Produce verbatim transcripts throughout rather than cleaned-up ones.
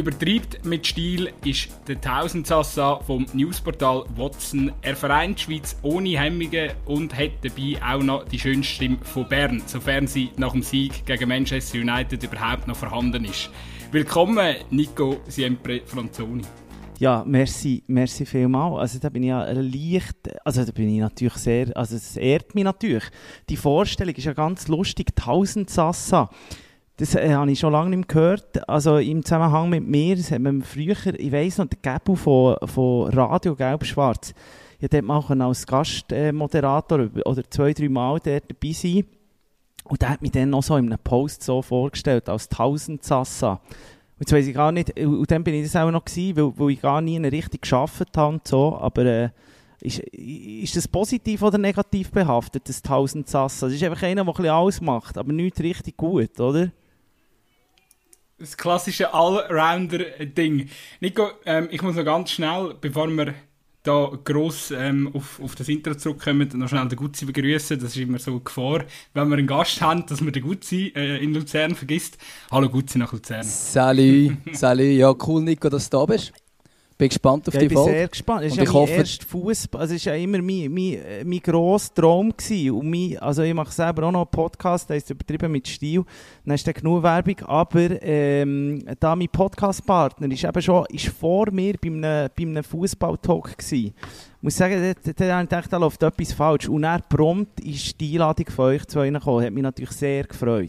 übertreibt mit Stil ist der Tausendsassa vom Newsportal Watson. Er vereint die Schweiz ohne Hemmungen und hat dabei auch noch die schönste Stimme von Bern, sofern sie nach dem Sieg gegen Manchester United überhaupt noch vorhanden ist. Willkommen, Nico Siempre Franzoni. Ja, merci, merci vielmals. Also da bin ich ja leicht, also da bin ich natürlich sehr, also es ehrt mich natürlich. Die Vorstellung ist ja ganz lustig, Tausendsassa. Das äh, habe ich schon lange nicht mehr gehört. Also im Zusammenhang mit mir, das hat man früher, ich weiss noch, der Gäbel von, von Radio Gelb-Schwarz, ich durfte mal als Gastmoderator äh, oder zwei, drei Mal dort dabei sein. Und der hat mich dann noch so in einem Post so vorgestellt, als Tausendsassa. Und jetzt weiss ich gar nicht, und dann bin ich das auch noch gewesen, weil, weil ich gar nie richtig gearbeitet habe und so, aber äh, ist, ist das positiv oder negativ behaftet, das Tausendsassa? Das ist einfach einer, der ein bisschen alles macht, aber nicht richtig gut, oder? Das klassische Allrounder-Ding. Nico, ähm, ich muss noch ganz schnell, bevor wir da gross ähm, auf, auf das Intro zurückkommen, noch schnell den Gutzi begrüßen. Das ist immer so eine Gefahr, wenn wir einen Gast haben, dass man den Gutzi äh, in Luzern vergisst. Hallo Gutzi nach Luzern. Salut, salut. Ja, cool, Nico, dass du da bist. Bin gespannt auf ja, die ich bin Folge. sehr gespannt. Es war ja mein hoffe... erster Fußball. Also es war ja immer mein, mein, mein grosser Traum gewesen. Und mein, also ich mache selber auch noch einen Podcast, der ist übertrieben mit Stil. Dann ist dann genug Werbung. Aber ähm, da mein Podcast-Partner ist eben schon ist vor mir bei einem, bei einem Fußball-Talk gewesen. Ich muss sagen, da, da habe ich gedacht, da läuft etwas falsch. Und dann prompt ist die Einladung von euch zwei reingekommen. Hat mich natürlich sehr gefreut.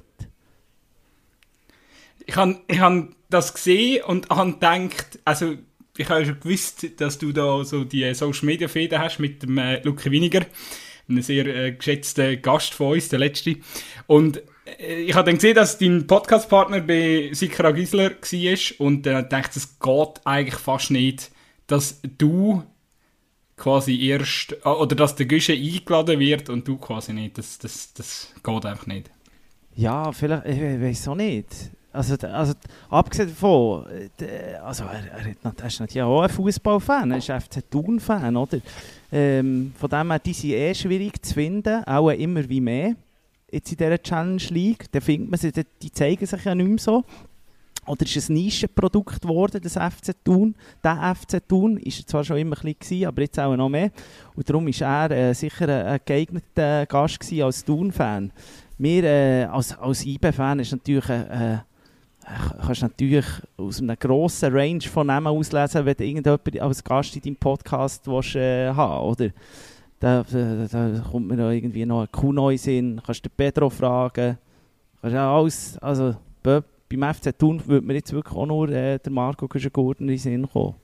Ich habe ich hab das gesehen und habe gedacht, also ich habe schon gewusst, dass du da so die Social Media Fäden hast mit dem äh, Luki Winiger, einem sehr äh, geschätzten Gast von uns, der letzte. Und äh, ich habe dann gesehen, dass dein Podcastpartner bei Sikra Gisler war und äh, dachte, es geht eigentlich fast nicht, dass du quasi erst, äh, oder dass der Güsche eingeladen wird und du quasi nicht. Das, das, das geht einfach nicht. Ja, vielleicht, ich, ich weiß auch nicht. Also, also abgesehen davon, also er, er, er ist natürlich auch ein Fußballfan, er ist F C Thun-Fan, oder? Ähm, von dem her, die sind eh schwierig zu finden, auch immer wie mehr jetzt in dieser Challenge League. Da findet man sie, die zeigen sich ja nicht mehr so. Oder ist es ein Nischenprodukt geworden, das F C Thun? Der F C Thun ist er zwar schon immer ein bisschen, aber jetzt auch noch mehr. Und darum war er äh, sicher ein, ein geeigneter Gast gewesen als Thun-Fan. Wir äh, als, als I B-Fan ist natürlich äh, kannst natürlich aus einer grossen Range von Namen auslesen, wenn du irgendjemanden als Gast in deinem Podcast willst, äh, haben oder? Da, da, da kommt mir noch irgendwie noch ein Kunoi Sinn, kannst du den Pedro fragen. Kannst ja alles, also beim F C Thun würde mir jetzt wirklich auch nur äh, der Marco Güschen-Gurtner in den Sinn kommen.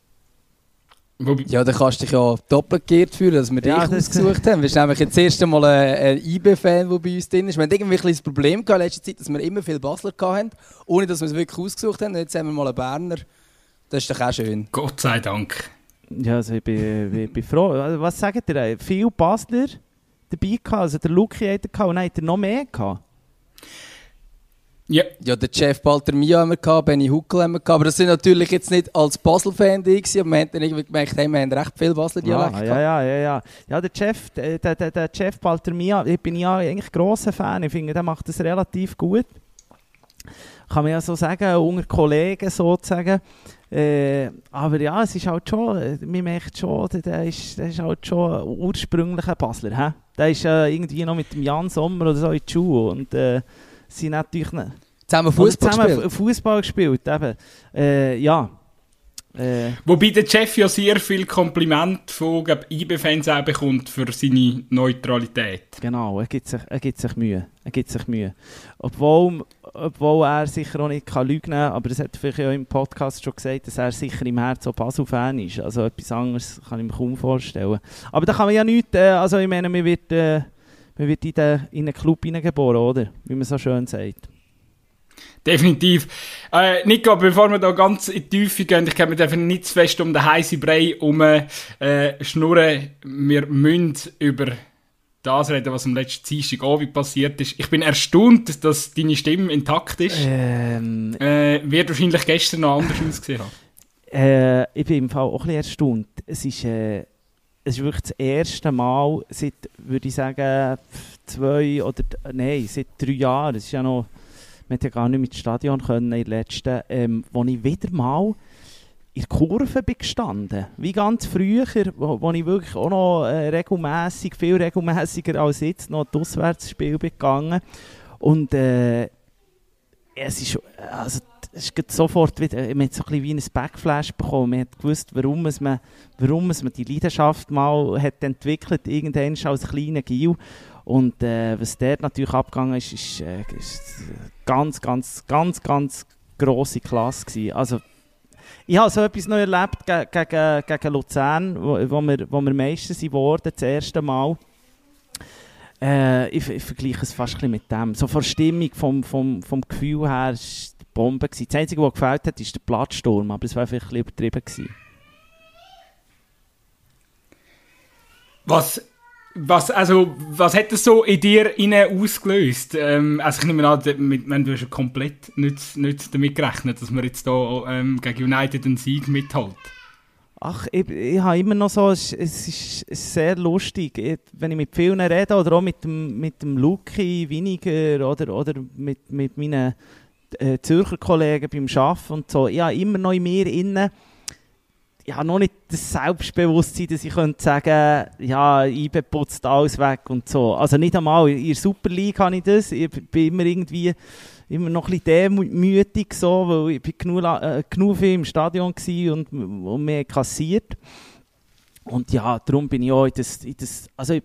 Ja, dann kannst du dich ja doppelt geehrt fühlen, dass wir dich ja, ausgesucht haben. Wir sind nämlich jetzt das erste Mal ein, ein I B-Fan, der bei uns drin ist. Wir hatten irgendwie ein bisschen das Problem gehabt in letzter Zeit, dass wir immer viele Basler hatten, ohne dass wir es wirklich ausgesucht haben. Und jetzt haben wir mal einen Berner. Das ist doch auch schön. Gott sei Dank. Ja, also ich bin, ich bin froh. Was sagt ihr? Viele Basler dabei gehabt? Also der Luki hatte gehabt und dann hat er noch mehr gehabt? Ja. ja, der Jeff Baltermia haben wir gehabt, Benny Huckel haben wir gehabt, aber das sind natürlich jetzt nicht als Basel-Fan die gewesen, aber wir haben dann irgendwie gemerkt, hey, wir haben recht viel Basler-Dialekt ah, ja, ja, ja, ja. Ja, der Jeff, der, der, der Jeff Baltermia, ich bin ja eigentlich grosser Fan, ich finde, der macht das relativ gut. Kann man ja so sagen, unter Kollegen sozusagen. Äh, aber ja, es ist halt schon, man merkt schon, der ist, der ist halt schon ein ursprünglicher Basler. He? Der ist äh, irgendwie noch mit dem Jan Sommer oder so in die Schule und äh, sie natürlich ne, zusammen Fußball gespielt. Fußball gespielt, eben. Äh, ja. Äh. Wobei der Jeff ja sehr viel Kompliment von I B-Fans auch bekommt für seine Neutralität. Genau, er gibt sich, er gibt sich Mühe. Er gibt sich Mühe. Obwohl, obwohl er sicher auch nicht kann lügen kann, aber das hat er vielleicht auch im Podcast schon gesagt, dass er sicher im Herzen auch Basel-Fan ist. Also etwas anderes kann ich mir kaum vorstellen. Aber da kann man ja nichts, äh, also ich meine, man wird... Äh, Man wird in, den, in einen Club hineingeboren, oder? Wie man so schön sagt. Definitiv. Äh, Nico, bevor wir da ganz in die Tiefe gehen, ich glaube, wir dürfen nicht zu fest um den heißen Brei herum äh, schnurren. Wir müssen über das reden, was am letzten Dienstagabend passiert ist. Ich bin erstaunt, dass deine Stimme intakt ist. Ähm, äh, wird wahrscheinlich gestern noch anders ausgesehen haben. Äh, ich bin im Fall auch ein bisschen erstaunt. Es ist... Äh Es ist wirklich das erste Mal seit, würde ich sagen, zwei oder nein, seit drei Jahren. Es ist ja noch, man hätte ja gar nicht mit dem Stadion können in der letzten, ähm, wo ich wieder mal in der Kurve bin gestanden. Wie ganz früher, wo, wo ich wirklich auch noch äh, regelmässig, viel regelmässiger als jetzt, noch das Auswärtsspiel bin gegangen. Und äh, es ist, also, es ist sofort wieder, man hat so ein bisschen wie ein Backflash bekommen. Man hat gewusst, warum es man, warum es man die Leidenschaft mal hat entwickelt, irgendwann als kleiner Gil. Und äh, was dort natürlich abgegangen ist, ist, äh, ist ganz, ganz, ganz, ganz grosse Klasse gewesen. Also, ich habe so etwas noch erlebt ge- gegen, gegen Luzern, wo, wo, wir, wo wir Meister wurden, das erste Mal. Äh, ich, ich vergleiche es fast ein bisschen mit dem. So von der Stimmung, vom, vom, vom Gefühl her, war es die Bombe gewesen. Das Einzige, was gefällt hat, ist der Platzsturm, aber es war vielleicht ein bisschen übertrieben gewesen. Was, was, also, was hat das so in dir rein ausgelöst? Ähm, also ich nehme an, mit, wenn du schon komplett nicht, nicht damit gerechnet, dass man jetzt da ähm, gegen United einen Sieg mithält. Ach, ich, ich habe immer noch so, es, es, ist, es ist sehr lustig, ich, wenn ich mit vielen rede, oder auch mit dem, mit dem Luki Winiger oder, oder mit, mit meinen äh, Zürcher Kollegen beim Arbeiten und so, ich habe immer noch in mir innen, ich habe noch nicht das Selbstbewusstsein, dass ich könnte sagen, ja, I B putzt alles weg und so. Also nicht einmal, in der Super League habe ich das, ich bin immer irgendwie immer noch ein bisschen demütig, so, weil ich bin genug, äh, genug viel im Stadion war und, und mehr kassiert. Und ja, darum bin ich auch in das, in das also ich,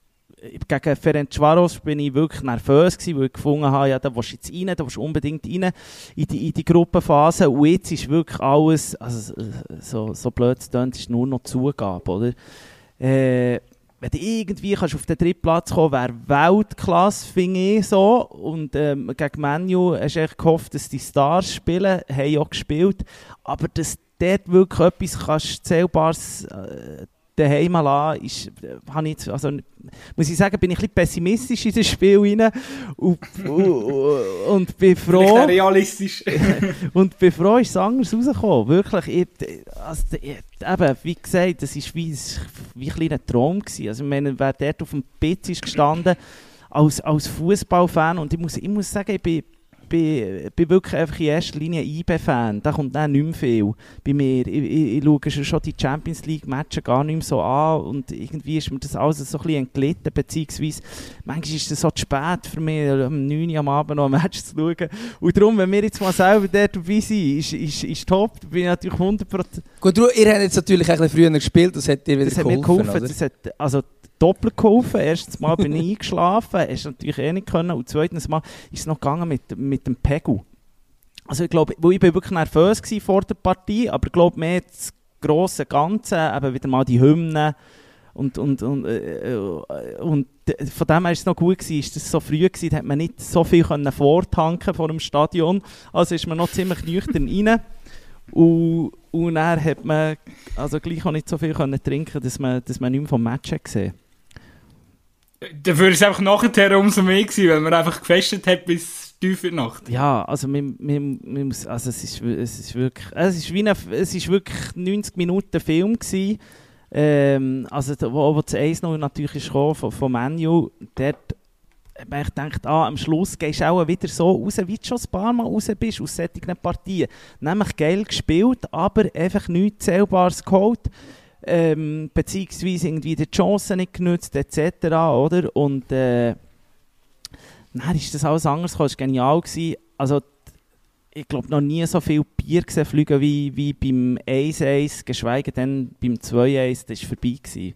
gegen Ferencvaros bin ich wirklich nervös gewesen, weil ich gefunden habe, ja, da willst du jetzt rein, da willst du unbedingt rein in die, in die Gruppenphase. Und jetzt ist wirklich alles, also so, so blöd es klingt, ist nur noch Zugabe, oder? Äh, wenn du irgendwie kannst auf den dritten Platz kommen, wäre Weltklasse, finde ich so. Und ähm, gegen Man U hast du echt gehofft, dass die Stars spielen, haben auch gespielt. Aber dass dort wirklich etwas kannst Zählbares äh, daheim lassen, ist, habe ich jetzt, also, muss ich sagen, bin ich ein bisschen pessimistisch in das Spiel rein und, und, und bin froh. Vielleicht auch realistisch. Und bin froh, ist es anders rausgekommen. Wirklich, ich, also, ich, eben, wie gesagt, das war wie, wie ein kleiner Traum gewesen. Also, ich meine, wer dort auf dem Pitz ist gestanden, als, als Fußballfan, und ich muss, ich muss sagen, ich bin Ich bin wirklich einfach in erster Linie I B-Fan. Da kommt dann nicht mehr viel bei mir. Ich, ich, ich schaue schon die Champions League-Matches gar nicht mehr so an und irgendwie ist mir das alles so ein bisschen entglitten, beziehungsweise manchmal ist es so zu spät für mich, um neun Uhr am Abend noch ein Match zu schauen. Und darum, wenn wir jetzt mal selber dort dabei sind, ist, ist, ist top. Da bin ich natürlich hundert Prozent... Gut, ihr habt jetzt natürlich ein bisschen früher gespielt, das hat dir wieder das geholfen, hat mir geholfen. Das hat, also, doppelt geholfen. Erstens Mal bin ich eingeschlafen, hast natürlich eh nicht können. Und zweitens Mal ist es noch gegangen mit, mit dem Pegu. Also ich glaube, ich war wirklich nervös vor der Partie, aber ich glaube mehr das grosse Ganze, eben wieder mal die Hymnen und, und, und, äh, und von dem her war es noch gut gewesen, ist das so früh gewesen, da hat man nicht so viel können vortanken vor dem Stadion, also ist man noch ziemlich nüchtern rein. Und, und dann hat man also gleich auch nicht so viel können trinken, dass man, dass man nicht mehr vom Match hat gesehen. Dafür war es einfach nachher umso mehr gewesen, weil man einfach gefestet hat bis tief in die Nacht. Ja, also, man, man, man muss, also es, ist, es ist wirklich, es ist wie eine, es ist wirklich neunzig Minuten Film gewesen. Ähm, also wo, wo das eins null natürlich ist gekommen, von, von Man U, dort habe ich gedacht, ah, am Schluss gehst du auch wieder so raus, wie du schon ein paar Mal raus bist aus solchen Partien. Nämlich geil gespielt, aber einfach nichts Zählbares geholt. Ähm, beziehungsweise irgendwie die Chancen nicht genutzt, et cetera. Oder? Und äh, dann ist das alles anders gekommen, das war genial gewesen. Also, ich glaube, noch nie so viel Bier gesehen fliegen wie, wie beim eins eins, geschweige denn beim zwei eins, das war vorbei gewesen.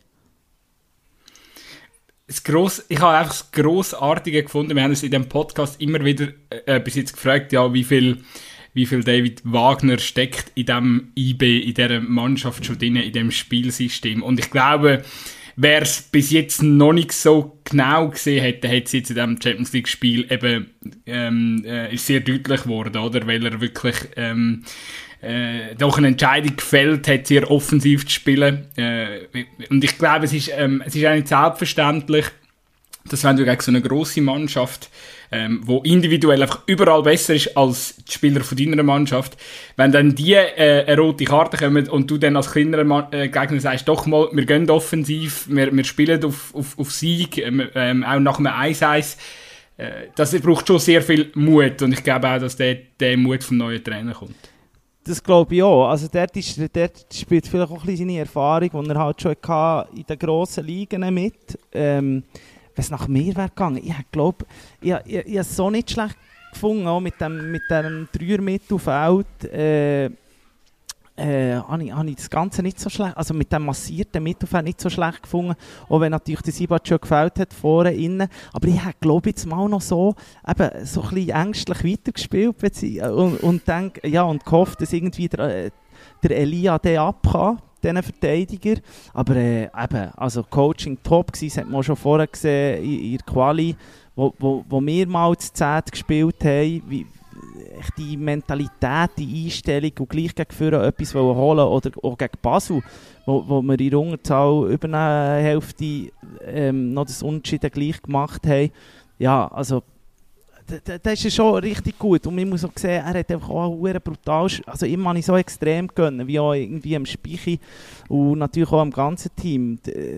Das Gross, ich habe einfach das Grossartige gefunden, wir haben uns in diesem Podcast immer wieder äh, bis jetzt gefragt, ja, wie viel wie viel David Wagner steckt in diesem I B, in dieser Mannschaft schon drin, in diesem Spielsystem. Und ich glaube, wer es bis jetzt noch nicht so genau gesehen hat, der hat es jetzt in diesem Champions League-Spiel eben ähm, äh, ist sehr deutlich geworden, oder? Weil er wirklich ähm, äh, doch eine Entscheidung gefällt hat, sehr offensiv zu spielen. Äh, und ich glaube, es ist, ähm, es ist auch nicht selbstverständlich, dass wenn du gegen so eine grosse Mannschaft, ähm, wo individuell einfach überall besser ist als die Spieler von deiner Mannschaft, wenn dann die äh, eine rote Karte kommen und du dann als kleinerer Ma- äh, Gegner sagst, doch mal, wir gehen offensiv, wir, wir spielen auf, auf, auf Sieg, ähm, ähm, auch nach einem eins eins, äh, das braucht schon sehr viel Mut und ich glaube auch, dass der, der Mut vom neuen Trainer kommt. Das glaube ich auch. Also dort, ist, dort spielt vielleicht auch ein bisschen seine Erfahrung, die er halt schon hatte in den grossen Ligen mit. Ähm, Wenn es nach mir wäre gegangen, ich glaube, ich, ich, ich habe es so nicht schlecht gefunden, auch mit dem, mit dem Dreier-Mittelfeld. Äh, äh, habe ich, habe ich das Ganze nicht so schlecht, also mit dem massierten Mittelfeld nicht so schlecht gefunden, auch wenn natürlich der Sibat schon gefällt hat, vorne, innen. Aber ich habe, glaube jetzt mal noch so, eben, so ein bisschen ängstlich weitergespielt und, und denke, ja, und gehofft, dass irgendwie der, der Elia den abkann, diesen Verteidiger. Aber äh, eben, also Coaching top gewesen, das hat man schon vorher gesehen in, in der Quali, wo, wo, wo wir mal zu zehn gespielt haben, wie, die Mentalität, die Einstellung und gleich gegen Führer etwas holen oder auch gegen Basel, wo, wo wir in der Unterzahl über eine Hälfte ähm, noch das Unentschieden gleich gemacht haben. Ja, also das ist schon richtig gut und man muss auch sehen, er hat einfach auch brutal, also immer habe ich so extrem gönnen, wie auch irgendwie am Speichi und natürlich auch am ganzen Team.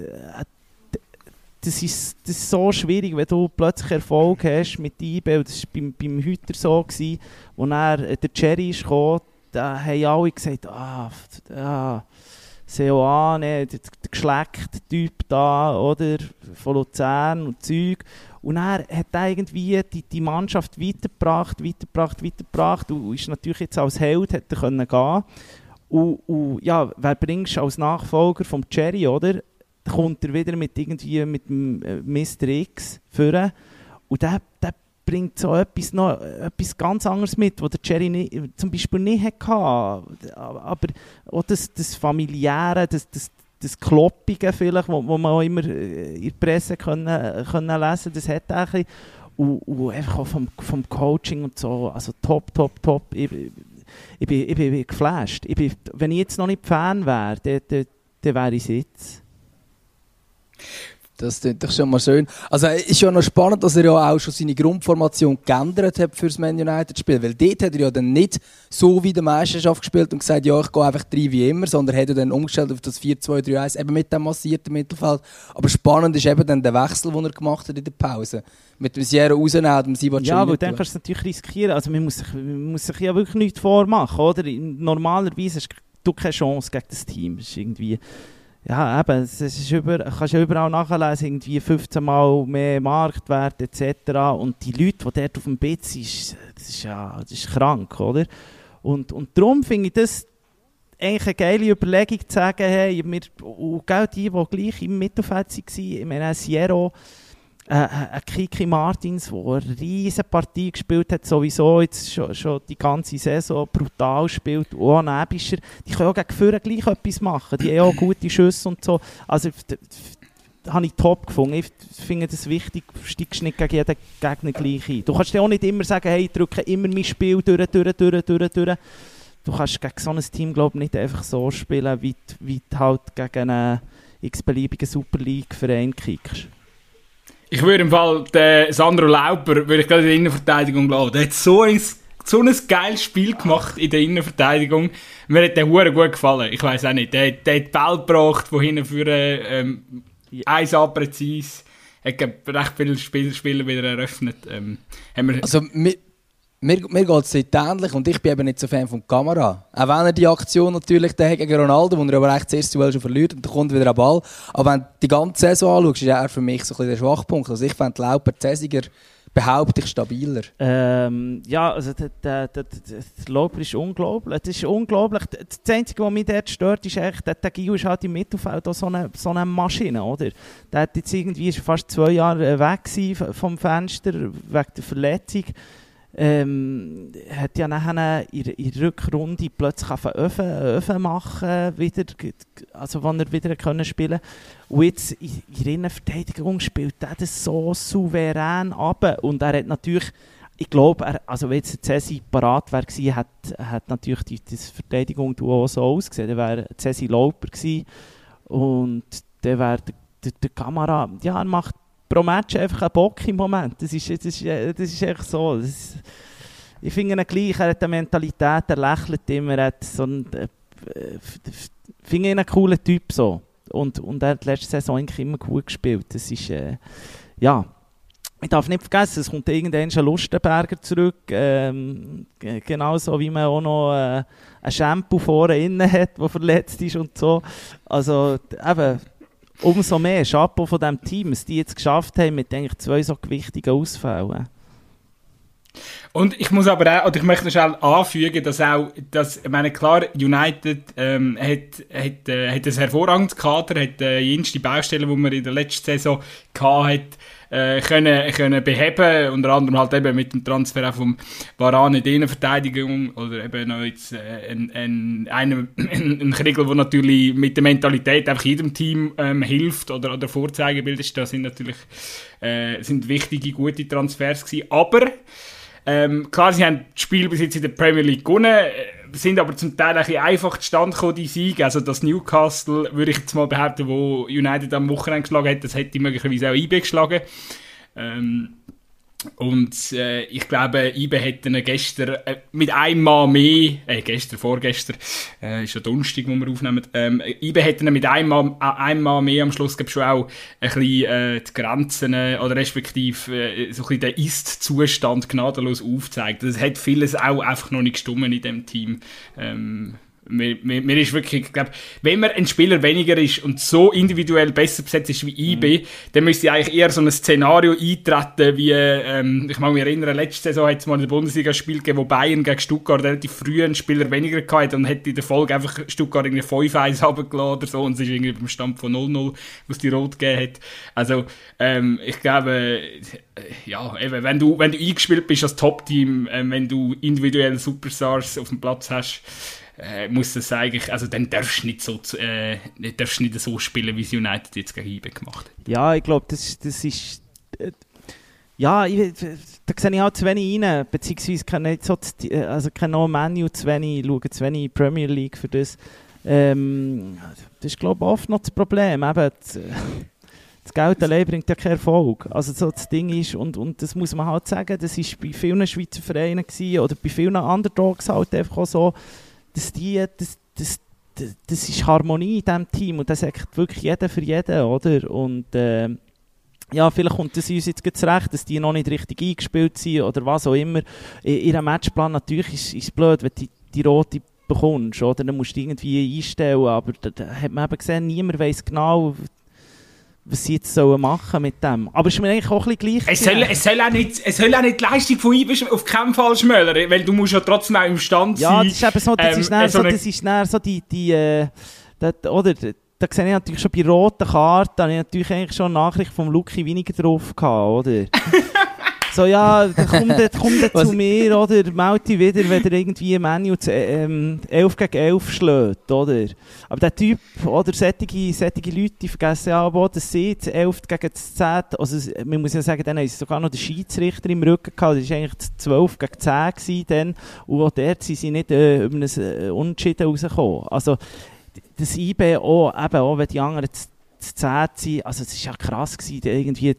Das ist, das ist so schwierig, wenn du plötzlich Erfolg hast mit I B. Das war beim, beim Hüter so, gewesen, wo er, der Cherry ist gekommen, da haben alle gesagt, ah, ah Seoane, der, der geschleckte Typ da, oder, von Luzern und Zeug. Und er hat irgendwie die, die Mannschaft weitergebracht, weitergebracht, weitergebracht und ist natürlich jetzt als Held hätte können gehen. Und, und ja, wer bringst du als Nachfolger vom Cherry, oder? Kommt er wieder mit irgendwie mit dem äh, Mister X führen und der, der bringt so etwas, noch, etwas ganz anderes mit, was der Cherry nicht, zum Beispiel nicht hatte. Aber auch das, das Familiäre, das, das, das Kloppige vielleicht, wo, wo man auch immer in der Presse können, können lesen, das hat er ein bisschen. Und, und einfach auch vom, vom Coaching und so, also top, top, top. Ich, ich, ich, bin, ich bin geflasht. Ich bin, wenn ich jetzt noch nicht Fan wäre, dann, dann, dann wäre ich es jetzt. Das klingt doch schon mal schön. Also es ist ja noch spannend, dass er ja auch schon seine Grundformation geändert hat für das Man United-Spiel. Weil dort hat er ja dann nicht so wie der Meisterschaft gespielt und gesagt, ja, ich gehe einfach drei wie immer, sondern hat er dann umgestellt auf das vier zwei drei eins, eben mit dem massierten Mittelfeld. Aber spannend ist eben dann der Wechsel, den er gemacht hat in der Pause. Mit dem Sierra rausnehmen und dem Sibat. Ja, aber dann kannst du es natürlich riskieren. Also man muss, sich, man muss sich ja wirklich nichts vormachen, oder? Normalerweise hast du keine Chance gegen das Team. Das ist irgendwie... Ja, eben, es ist über, kannst du überall nachlesen, irgendwie fünfzehn Mal mehr Marktwert et cetera. Und die Leute, die dort auf dem Bett sind, das ist ja das ist krank, oder? Und, und darum finde ich das eigentlich eine geile Überlegung zu sagen, hey, wir, und die, die gleich im Mittelfeld waren, ich meine, Sierra, äh, ein Kiki Martins, der eine riesige Partie gespielt hat, sowieso jetzt schon, schon die ganze Saison brutal spielt, und auch ein Ebischer, die können auch gegen Führer gleich etwas machen, die haben auch gute Schüsse und so. Also das habe ich top gefunden. Ich finde es wichtig, steigst nicht gegen jeden Gegner gleich ein. Du kannst dir auch nicht immer sagen, hey, ich drücke immer mein Spiel durch, durch, durch, durch, durch. Du kannst gegen so ein Team, glaube ich, nicht einfach so spielen, wie du, wie du halt gegen einen x-beliebigen Super League-Verein kickst. Ich würde im Fall den Sandro Lauper, würde ich gerade in der Innenverteidigung lassen. Der hat so ein, so ein geiles Spiel gemacht in der Innenverteidigung. Mir hat der hure gut gefallen. Ich weiss auch nicht. Der, der hat die Welt gebracht, von hinten für ähm, eins A präzise. Er hat recht viele Spieler, Spieler wieder eröffnet. Ähm, haben wir also, mir, mir, mir geht es ähnlich und ich bin eben nicht so Fan von der Kamera. Auch wenn er die Aktion natürlich der gegen Ronaldo, wo er aber echt das erste Duell schon verliert und dann kommt wieder ein Ball. Aber wenn du die ganze Saison anschaust, ist er für mich so ein bisschen der Schwachpunkt. Also ich fände Lauper Cäsiger behaupte ich stabiler. Ähm, ja, also der, der, der, der Lauper ist unglaublich. Das ist unglaublich. Das Einzige, was mich dort stört, ist echt, der Gil ist halt im Mittelfeld auch so eine, so eine Maschine, oder? Der hat jetzt irgendwie fast zwei Jahre weg vom Fenster wegen der Verletzung. Ähm, hat ja nachher in der Rückrunde plötzlich auf einen Öfen, Öfen machen, wieder, also wann er wieder können spielen. Und jetzt in der Innenverteidigung spielt er das so souverän ab. Und er hat natürlich, ich glaube, er, also wenn jetzt Cesi parat wäre gewesen, hat, hat natürlich die, die Verteidigung auch so ausgesehen. Dann wäre Cesi Lauper gewesen und dann wäre der, der, der Kamera, ja, er macht pro Match einfach ein Bock im Moment. Das ist, das ist, das ist echt so. Das ist, ich finde ihn gleich, er hat eine Mentalität, er lächelt immer, er hat so einen, äh, ich finde ihn einen coolen Typ so. Und, und er hat letzte Saison eigentlich immer gut gespielt. Das ist, äh, ja, ich darf nicht vergessen, es kommt irgendwann ein Lustenberger zurück, ähm, g- genauso wie man auch noch äh, ein Shampoo vorne innen hat, der verletzt ist und so. Also eben, umso mehr Chapeau von diesem Team, dass die jetzt geschafft haben mit eigentlich zwei so gewichtigen Ausfällen. Und ich muss aber auch, oder ich möchte noch schnell anfügen, dass auch, dass, ich meine, klar, United ähm, hat, hat, äh, hat ein hervorragendes Kader, hat äh, jenste Baustellen, die man in der letzten Saison hatte, äh, können, können beheben, unter anderem halt eben mit dem Transfer auch vom Varane in die Innenverteidigung, oder eben noch jetzt äh, ein, ein, ein, ein Kriegel, der natürlich mit der Mentalität einfach jedem Team ähm, hilft, oder, oder Vorzeigebild ist, das sind natürlich äh, sind wichtige, gute Transfers gewesen, aber Ähm, klar, sie haben das Spiel bis jetzt in der Premier League gewonnen, sind aber zum Teil ein bisschen einfach zustande gekommen, die Siege. Also das Newcastle, würde ich jetzt mal behaupten, wo United am Wochenende geschlagen hat, das hätte möglicherweise auch I B geschlagen. Ähm, und äh, ich glaube, I B hätte ihn gestern äh, mit einem Mann mehr, äh, gestern, vorgestern, äh, ist ja Donnerstag, wo wir aufnehmen, ähm, I B hätte ihn mit einem Mann, äh, einem Mann mehr am Schluss, glaube ich, schon auch ein bisschen äh, die Grenzen äh, oder respektive äh, so ein bisschen den Ist-Zustand gnadenlos aufgezeigt. Das hat vieles auch einfach noch nicht gestimmt in dem Team. Ähm, Mir, mir, mir ist wirklich, ich glaube, wenn man ein Spieler weniger ist und so individuell besser besetzt ist wie I B, mhm. dann müsste eigentlich eher so ein Szenario eintreten, wie, ähm, ich mag mich erinnern, letzte Saison hat es mal in der Bundesliga ein Spiel gegeben, wo Bayern gegen Stuttgart relativ früh einen Spieler weniger hatte und hätte in der Folge einfach Stuttgart irgendwie fünf eins runtergelassen oder so und es ist irgendwie beim Stand von null null, wo es die Rot gegeben hat. Also, ähm, ich glaube, äh, ja, eben, wenn du, wenn du eingespielt bist als Top-Team, äh, wenn du individuelle Superstars auf dem Platz hast, Äh, muss das eigentlich, also dann darfst du nicht so, äh, darfst nicht so spielen, wie es United jetzt gegen I B gemacht hat. Ja, ich glaube, das, das ist... Äh, ja, ich, da sehe ich auch zu wenig rein, beziehungsweise kann nicht so, also kann noch Menu zu wenig schauen, zu wenig Premier League für das. Ähm, das ist, glaube ich, oft noch das Problem. Eben, das, das Geld allein bringt ja keinen Erfolg. Also so das Ding ist, und, und das muss man halt sagen, das war bei vielen Schweizer Vereinen gewesen, oder bei vielen Underdogs halt einfach auch so, dass die, das, das, das, das ist Harmonie in diesem Team und das sagt wirklich jeder für jeden, oder? Und äh, ja, vielleicht kommt es uns jetzt zurecht, dass die noch nicht richtig eingespielt sind oder was auch immer. In ihrem Matchplan natürlich ist es blöd, wenn du die, die rote bekommst, oder? Dann musst du irgendwie einstellen, aber da, da hat man eben gesehen, niemand weiss genau, was sie jetzt sollen machen mit dem. Aber es ist mir eigentlich auch ein bisschen gleich. Es soll, es soll, auch, nicht, es soll auch nicht die Leistung von I B auf keinen Fall schmälern, weil du musst ja trotzdem auch im Stand sein. Ja, das ist eben so, das ähm, ist näher so, so, das ist näher so die, die äh, das, oder, da sehe ich natürlich schon bei roten Karten, da habe ich natürlich eigentlich schon eine Nachricht vom Lucky weniger drauf gehabt, oder? So, ja, dann kommt er, kommt er zu mir, oder? Meld dich wieder, wenn er irgendwie Menu ähm, elf gegen elf schlägt, oder? Aber der Typ, oder solche, solche Leute, die vergessen ja auch, dass sie elf gegen zehn, also man muss ja sagen, dann haben sie sogar noch den Schiedsrichter im Rücken gehabt, das war eigentlich zwölf gegen zehn gewesen, dann, und auch dort sind sie nicht äh, über ein äh, Unentschieden rausgekommen. Also, das I B auch, eben auch, wenn die anderen zu zehn sind, also es war ja krass gewesen, irgendwie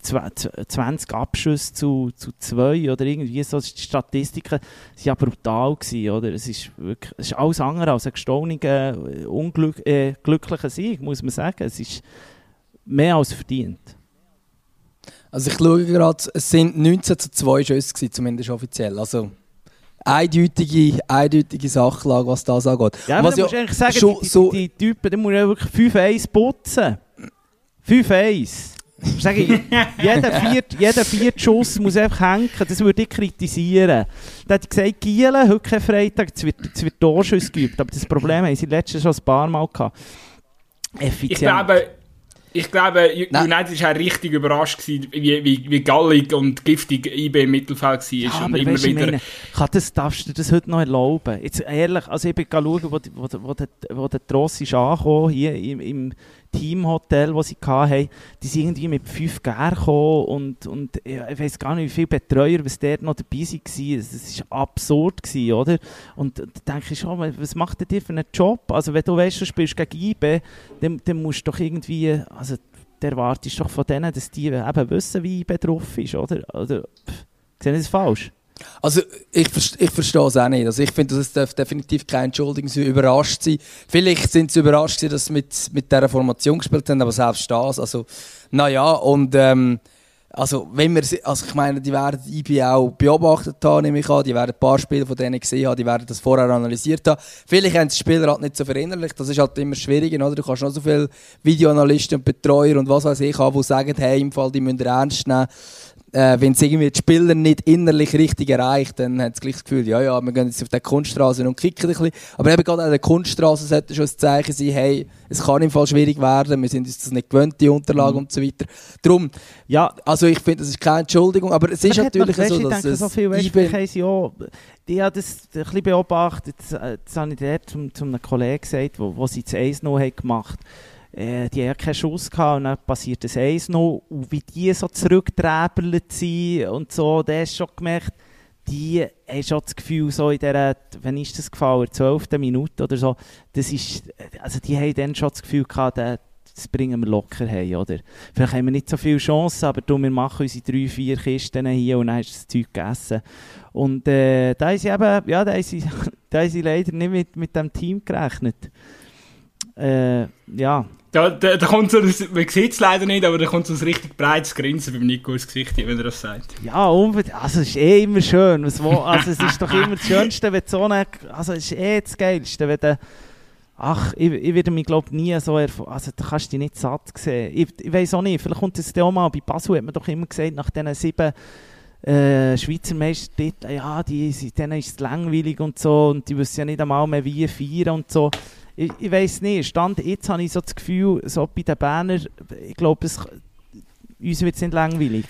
zwanzig Abschüsse zu, zu zwei oder irgendwie so. Die Statistiken waren ja brutal gewesen, oder? Es ist wirklich, es ist alles andere als ein gestohlener, unglück, äh, glücklicher Sieg, muss man sagen. Es ist mehr als verdient. Also ich schaue gerade, es sind neunzehn zu zwei Schüsse gewesen, zumindest offiziell. Also eindeutige, eindeutige Sachlage, was das angeht. Ja, aber was du ja musst eigentlich sagen, schon, die, die, so die Typen, die muss ja wirklich fünf eins putzen. fünf eins. Ich sage, jeder vierte, jeder vierte Schuss muss einfach hängen, das würde ich kritisieren. Da hat gesagt, Gielen, heute kein Freitag, jetzt wird, jetzt wird Torschüsse geübt, aber das Problem haben sie letztes schon ein paar Mal gehabt. Effizient. Ich glaube, ich glaube United war auch richtig überrascht gewesen, wie, wie, wie gallig und giftig I B im Mittelfeld war. Ja, und aber immer weißt, wieder... meine, kann das, darfst du das heute noch erlauben? Jetzt ehrlich, also ich bin schauen, wo, wo, wo, der, wo der Tross ist angekommen, hier im, im Teamhotel, das sie hatten, die sind irgendwie mit fünf Gär gekommen und, und ich weiss gar nicht, wie viele Betreuer was dort noch dabei waren. Das war absurd, gewesen, oder? Und da denke ich schon, was macht der für einen Job? Also wenn du weißt, du spielst gegen I B, dann, dann musst du doch irgendwie, also der erwartest doch von denen, dass die eben wissen, wie I B drauf ist, oder? Oder pff, sehe ich das falsch? Also ich, ich verstehe es auch nicht. Also ich finde, es darf definitiv keine Entschuldigung sein, überrascht sein. Vielleicht sind sie überrascht, dass sie mit, mit dieser Formation gespielt haben, aber selbst das. Also, naja, und ähm, Also, wenn wir, also ich meine, die werden I B auch beobachtet haben, nehme ich an. Die werden ein paar Spiele von denen gesehen haben, die werden das vorher analysiert haben. Vielleicht haben die Spieler halt nicht so verinnerlicht. Das ist halt immer schwierig, oder? Du kannst noch so viele Videoanalysten und Betreuer und was weiß ich haben, die sagen, hey, im Fall, die müssen ernst nehmen. Äh, wenn es irgendwie die Spieler nicht innerlich richtig erreicht, dann haben sie gleich das Gefühl, ja, ja, wir gehen jetzt auf die Kunststraße und kicken ein bisschen. Aber eben gerade an der Kunststraße sollte schon ein Zeichen sein, hey, es kann im Fall schwierig werden, wir sind uns das nicht gewöhnt, die Unterlagen mhm. und so weiter. Darum, ja, also ich finde, das ist keine Entschuldigung, aber es ist natürlich noch, so, weißt, dass ich denke, es... so viel, weißt, ich ja, die hat das ein bisschen beobachtet, das habe ich dort zu, zu einem Kollegen gesagt, wo, wo sie das eins null gemacht haben. Äh, die hatten keinen Schuss gehabt und dann passiert das eins null. Und wie die so zurückträbelt sind und so, da hast du schon gemerkt, die haben schon das Gefühl, so in dieser, wann ist das gefallen, zwölften Minute oder so, das ist, also die haben dann schon das Gefühl gehabt, das bringen wir locker heim, oder? Vielleicht haben wir nicht so viele Chancen, aber du, wir machen unsere drei, vier Kisten hier und dann hast du das Zeug gegessen. Und äh, da haben sie eben, ja, da haben sie, da haben sie leider nicht mit, mit dem Team gerechnet. Äh, ja. Da, da, da kommt so ein, man sieht es leider nicht, aber da kommt so ein richtig breites Grinsen beim Nico ins Gesicht, wenn er das sagt. Ja, unbedingt. Also es ist eh immer schön. Also es ist doch immer das Schönste, wenn so eine, also es ist eh das Geilste, wenn der, ach, ich, ich werde mich glaube nie so erfahren, also da kannst du dich nicht satt sehen. Ich, ich weiss auch nicht, vielleicht kommt es auch mal, bei Basel hat man doch immer gesagt, nach diesen sieben äh, Schweizer Meistertiteln, ja, die, denen ist es langweilig und so und die wissen ja nicht einmal mehr wie feiern und so. Ich, ich weiss nicht, Stand jetzt habe ich so das Gefühl, so bei den Berner, ich glaube, uns wird es nicht langweilig.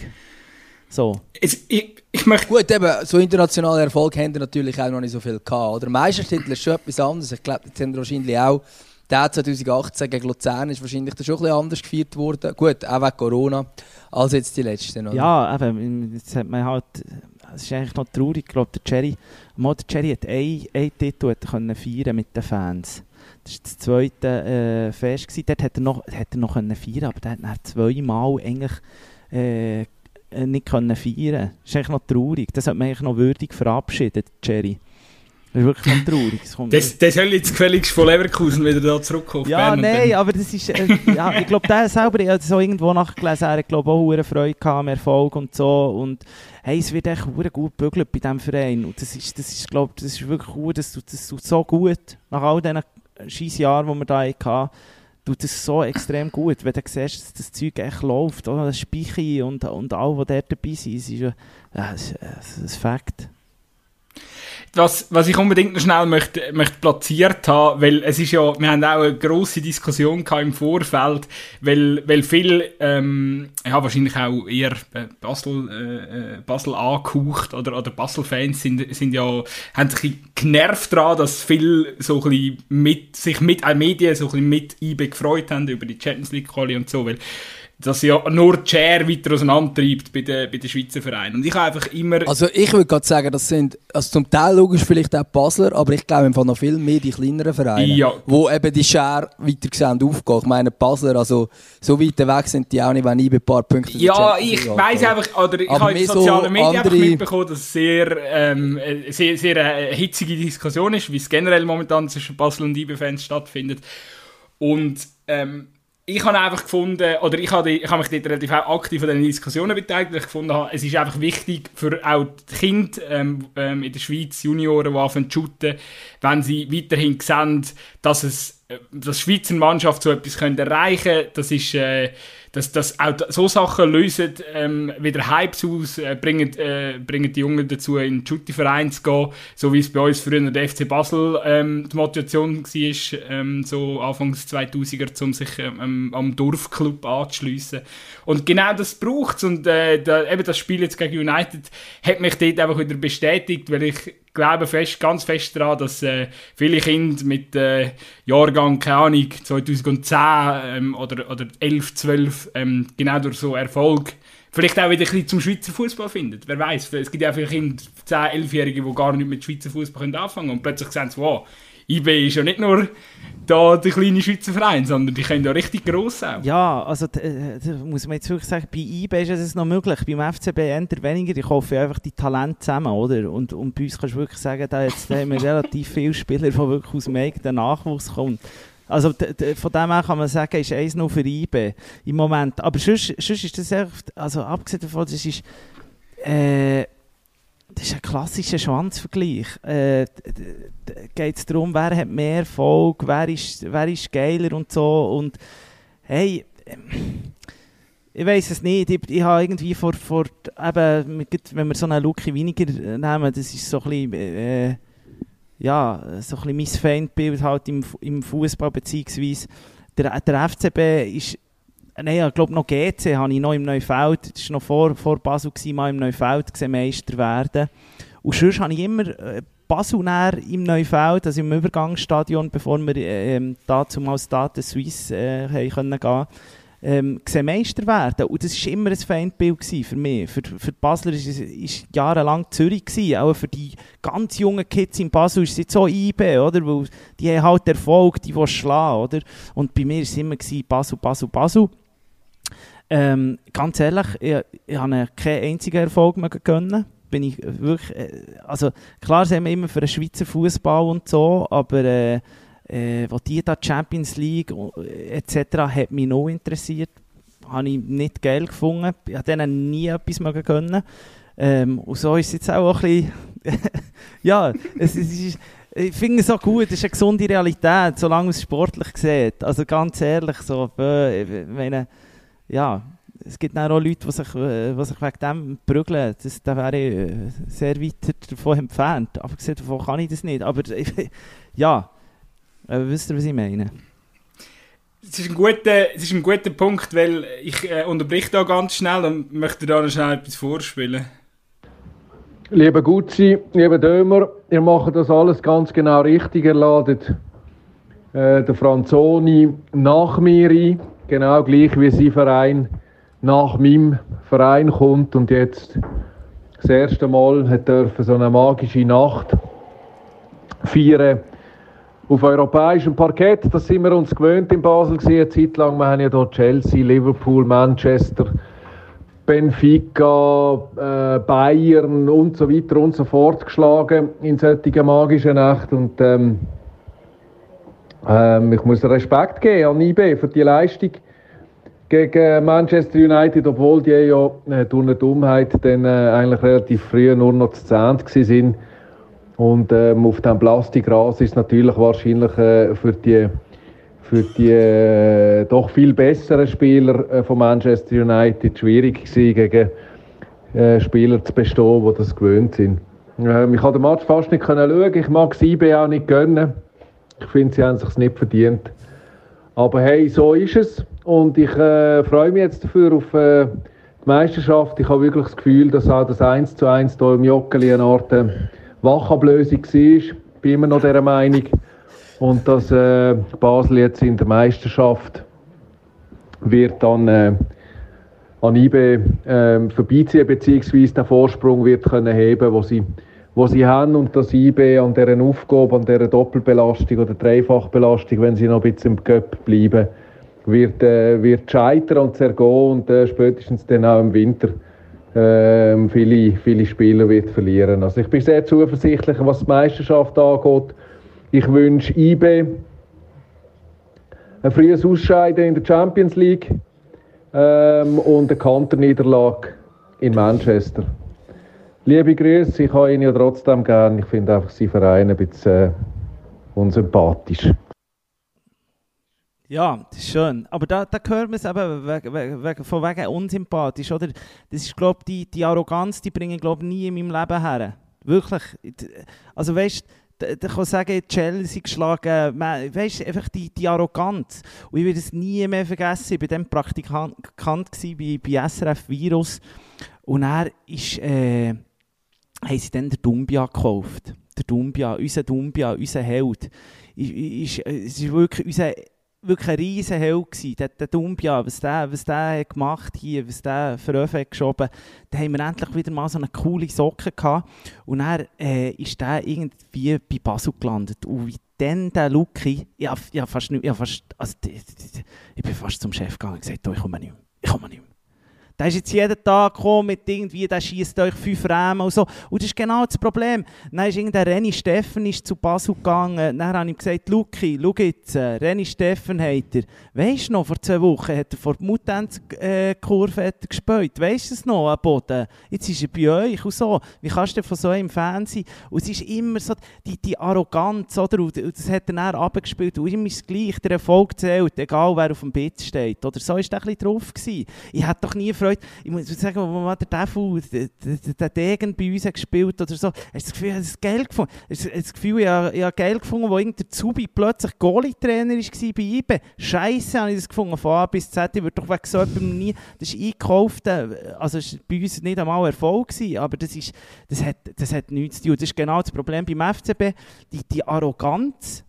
So. Es, ich, ich möchte... Gut, eben, so internationale Erfolg haben wir natürlich auch noch nicht so viel gehabt. Oder Meistertitel ist schon etwas anderes. Ich glaube, jetzt haben wir wahrscheinlich auch, der zwanzig achtzehn gegen Luzern ist wahrscheinlich schon ein bisschen anders gefeiert worden. Gut, auch wegen Corona, als jetzt die letzten. Oder? Ja, eben, jetzt hat man halt... Es ist eigentlich noch traurig, ich glaube, der Cherry, der Cherry hat einen, einen Titel können feiern mit den Fans. Das war das zweite äh, Fest gewesen. Dort hat er noch, hat er noch können feiern, aber der hat dann zweimal eigentlich äh, nicht können feiern. Das ist eigentlich noch traurig. Das hat man eigentlich noch würdig verabschiedet, Cherry. Das ist wirklich noch traurig. Das, das soll jetzt gefälligst von Leverkusen wieder da zurückkommen. Ja, nein, aber das ist... Äh, ja, ich glaube, der selber, ich habe so irgendwo nachgelesen, er hat glaube auch eine Freude gehabt am Erfolg und so. Und hey, es wird echt gut gebügelt bei diesem Verein. Und das ist, das ist glaube das ist wirklich gut, das tut, das tut so gut. Nach all diesen scheiß Jahren, die wir da hatten, tut das so extrem gut. Wenn du siehst, dass das Zeug echt läuft, oder? Das Speichi und, und alle, die dort dabei sind, das ist ja das ist, das ist ein Fakt. Was, was ich unbedingt noch schnell möchte, möchte platziert haben, weil es ist ja, wir haben auch eine grosse Diskussion gehabt im Vorfeld, weil, weil viele, ähm, ja, wahrscheinlich auch eher Basel, äh, Basel angehaucht oder, oder Basel-Fans sind, sind ja, haben sich genervt daran, dass viele so ein bisschen mit, sich mit, auch Medien so ein bisschen mit I B gefreut haben über die Champions League-Quali und so, weil dass ja nur die Schere weiter auseinandertreibt bei den, bei den Schweizer Vereinen. Und ich habe einfach immer... Also ich würde gerade sagen, das sind also zum Teil logisch vielleicht auch Basler, aber ich glaube einfach noch viel mehr die kleineren Vereine, ja, wo eben die Schere weiter gesehen aufgeht. Ich meine, Basler, also so weit weg sind die auch nicht, wenn ich ein paar Punkte... Ja, ich weiss einfach, oder ich habe in sozialen so Medien einfach mitbekommen, dass es sehr, ähm, sehr, sehr eine hitzige Diskussion ist, wie es generell momentan zwischen Basel und I B-Fans stattfindet. Und ähm, ich habe einfach gefunden, oder ich habe, ich habe mich dort relativ auch aktiv an diesen Diskussionen beteiligt, weil ich gefunden habe, es ist einfach wichtig für auch die Kinder ähm, ähm, in der Schweiz, Junioren, die anfangen zu shooten, wenn sie weiterhin sehen, dass es äh, dass die Schweizer Mannschaft so etwas erreichen könnte. Das ist, äh, dass, dass auch so Sachen lösen, ähm, wieder Hypes aus, äh, bringen, äh, bringen die Jungen dazu, in den Shooting-Verein zu gehen, so wie es bei uns früher der F C Basel ähm, die Motivation war, ähm, so Anfangs zweitausender, um sich ähm, am Dorfclub anzuschliessen. Und genau das braucht es. Und äh, da, eben das Spiel jetzt gegen United hat mich dort einfach wieder bestätigt, weil ich glaube fest, ganz fest daran, dass äh, viele Kinder mit äh, Jahrgang, keine Ahnung, zweitausendzehn ähm, oder, oder elf, zwölf ähm, genau durch so Erfolg vielleicht auch wieder ein bisschen zum Schweizer Fußball finden. Wer weiß, es gibt ja viele Kinder, zehn, elfjährige, die gar nicht mit Schweizer Fußball anfangen können und plötzlich sehen sie, wow, I B ist ja nicht nur da der kleine Schweizer Verein, sondern die können ja richtig gross sein. Ja, also da, da muss man jetzt wirklich sagen, bei I B ist es noch möglich, beim F C B eher weniger, ich hoffe einfach die Talente zusammen, oder? Und, und bei uns kannst du wirklich sagen, da, jetzt, da haben wir relativ viele Spieler, die wirklich aus dem eigenen Nachwuchs kommen. Also d- d- von dem her kann man sagen, ist eins null für I B im Moment. Aber sonst, sonst ist das echt, also abgesehen davon, das ist, äh, das ist ein klassischer Schwanzvergleich. Äh, geht es darum, wer hat mehr Erfolg, wer ist, wer ist geiler und so. Und hey, ich weiss es nicht. Ich, ich habe irgendwie vor, vor eben, wenn wir so einen Lucky Winiger nehmen, das ist so ein bisschen, äh, ja, so ein bisschen mein Feindbild halt im, im Fußball, beziehungsweise der, der F C B ist, nein, ich glaube noch G C habe ich noch im Neufeld, das war noch vor, vor Basel, gewesen, mal im Neufeld gesehen, Meister werden. Und sonst habe ich immer äh, Basel näher im Neufeld, also im Übergangsstadion, bevor wir äh, dazu mal Stade Suisse äh, können gehen, ähm, gesehen Meister werden. Und das war immer ein Feindbild für mich. Für, für die Basler war es jahrelang Zürich gewesen. Auch für die ganz jungen Kids in Basel ist es jetzt so I B, oder? Weil die haben halt Erfolg, die wollen schlagen, oder? Und bei mir war es immer gewesen, Basel, Basel, Basel. Ähm, ganz ehrlich, ich, ich habe keinen einzigen Erfolg mehr gönnen. Bin ich wirklich, äh, also klar sind wir immer für den Schweizer Fußball und so, aber äh, äh, wo die da Champions League et cetera hat mich noch interessiert, habe ich nicht geil gefunden. Ich habe denen nie etwas mehr gönnen. Ähm, und so ist es jetzt auch ein bisschen, ja, es, es ist, ich finde es so gut, es ist eine gesunde Realität, solange man es sportlich sieht. Also ganz ehrlich, so, äh, ich meine, ja, es gibt auch Leute, die sich, die sich wegen dem prügeln. Das, da wäre ich sehr weit davon entfernt. Aber davon kann ich das nicht. Aber ja, wisst ihr, was ich meine? Es ist ein guter, es ist ein guter Punkt, weil ich äh, unterbreche da ganz schnell und möchte da noch schnell etwas vorspielen. Lieber Gutzi, lieber Dömer, ihr macht das alles ganz genau richtig. Ihr ladet äh, den Franzoni nach mir ein. Genau gleich wie sein Verein nach meinem Verein kommt und jetzt das erste Mal hat dürfen so eine magische Nacht feiern auf europäischem Parkett. Das sind wir uns gewöhnt in Basel gewesen, eine Zeit lang. Wir haben ja dort Chelsea, Liverpool, Manchester, Benfica, äh, Bayern und so weiter und so fort geschlagen in solchen magischen Nächten. Und ähm, ähm, ich muss Respekt geben an I B für die Leistung gegen Manchester United, obwohl die ja äh, durch eine Dummheit dann äh, eigentlich relativ früh nur noch zu zehnt waren. Und ähm, auf dem Plastikgras ist es natürlich wahrscheinlich äh, für die, für die äh, doch viel besseren Spieler äh, von Manchester United schwierig gewesen, gegen äh, Spieler zu bestehen, die das gewöhnt sind. Ähm, ich konnte den Match fast nicht schauen. Ich mag es I B auch nicht gönnen. Ich finde, sie haben es sich nicht verdient. Aber hey, so ist es. Und ich äh, freue mich jetzt dafür auf äh, die Meisterschaft. Ich habe wirklich das Gefühl, dass auch das eins zu eins hier im Joggeli eine Art äh, Wachablösung war. Ich bin immer noch dieser Meinung. Und dass äh, Basel jetzt in der Meisterschaft wird dann äh, an I B äh, vorbeiziehen, beziehungsweise den Vorsprung wird können heben, wo sie wo sie haben, und dass I B an dieser Aufgabe, an dieser Doppelbelastung oder Dreifachbelastung, wenn sie noch ein bisschen im Cup bleiben, wird, äh, wird scheitern und zergehen und äh, spätestens dann auch im Winter äh, viele, viele Spieler wird verlieren. Also ich bin sehr zuversichtlich, was die Meisterschaft angeht. Ich wünsche I B ein frühes Ausscheiden in der Champions League ähm, und eine Kanterniederlage in Manchester. Liebe Grüße, ich habe ihn ja trotzdem gern. Ich finde einfach seinen Verein ein bisschen äh, unsympathisch. Ja, das ist schön. Aber da, da hört man es eben wegen, wegen, von wegen unsympathisch, oder? Das ist, glaube ich, die, die Arroganz, die bringe ich, glaube nie in meinem Leben her. Wirklich. Also weißt du, ich kann sagen, Chelsea geschlagen, weißt du, einfach die, die Arroganz. Und ich werde es nie mehr vergessen. Ich war dann Praktikant bei, bei S R F Virus. Und er ist, äh, haben sie dann den Doumbia gekauft. Der Doumbia, unser Doumbia, unser Held. Es war wirklich unser wirklich ein riesen Held gewesen. Der, der Doumbia, was der, was der gemacht hat hier, was der für Öfen geschoben, da haben wir endlich wieder mal so eine coole Socke gehabt. Und dann äh, ist der irgendwie bei Basel gelandet. Und wie dann der Lucky, ja, ja fast nicht, ja, fast, also, ich bin fast zum Chef gegangen und gesagt, oh, ich komme nicht mehr, ich komme nicht mehr. Der ist jetzt jeden Tag gekommen mit irgendwie, der schiesst euch fünf Rämen und so. Und das ist genau das Problem. Dann ist irgendein René Steffen ist zu Basel gegangen. Dann habe ich ihm gesagt, Luki, schau jetzt, äh, René Steffen hat er, weisst du noch, vor zwei Wochen hat er vor der Mutanz-Kurve äh, gespielt. Weisst du es noch, am Boden? Jetzt ist er bei euch und so. Wie kannst du von so einem Fan sein? Und es ist immer so, die, die Arroganz, oder? Und das hat er dann runtergespielt. Und immer ist es gleich, der Erfolg zählt, egal wer auf dem Bett steht. Oder so war er ein bisschen drauf gewesen. Ich hätte doch nie Freude. Ich muss sagen, wo der Devil, der Degen bei uns hat gespielt oder so, hast du das Gefühl, ich habe es geil gefunden. Hast du das Gefühl, ich habe, ich habe geil gefunden, wo irgendein Zubi plötzlich Goalie-Trainer war bei I B. Scheisse habe ich das gefunden, von A bis Z. Ich würde doch wegen so etwas nie, das ist eingekauft, also das war bei uns nicht einmal Erfolg gewesen, aber das, ist, das, hat, das hat nichts zu tun. Das ist genau das Problem beim F C B, die, die Arroganz.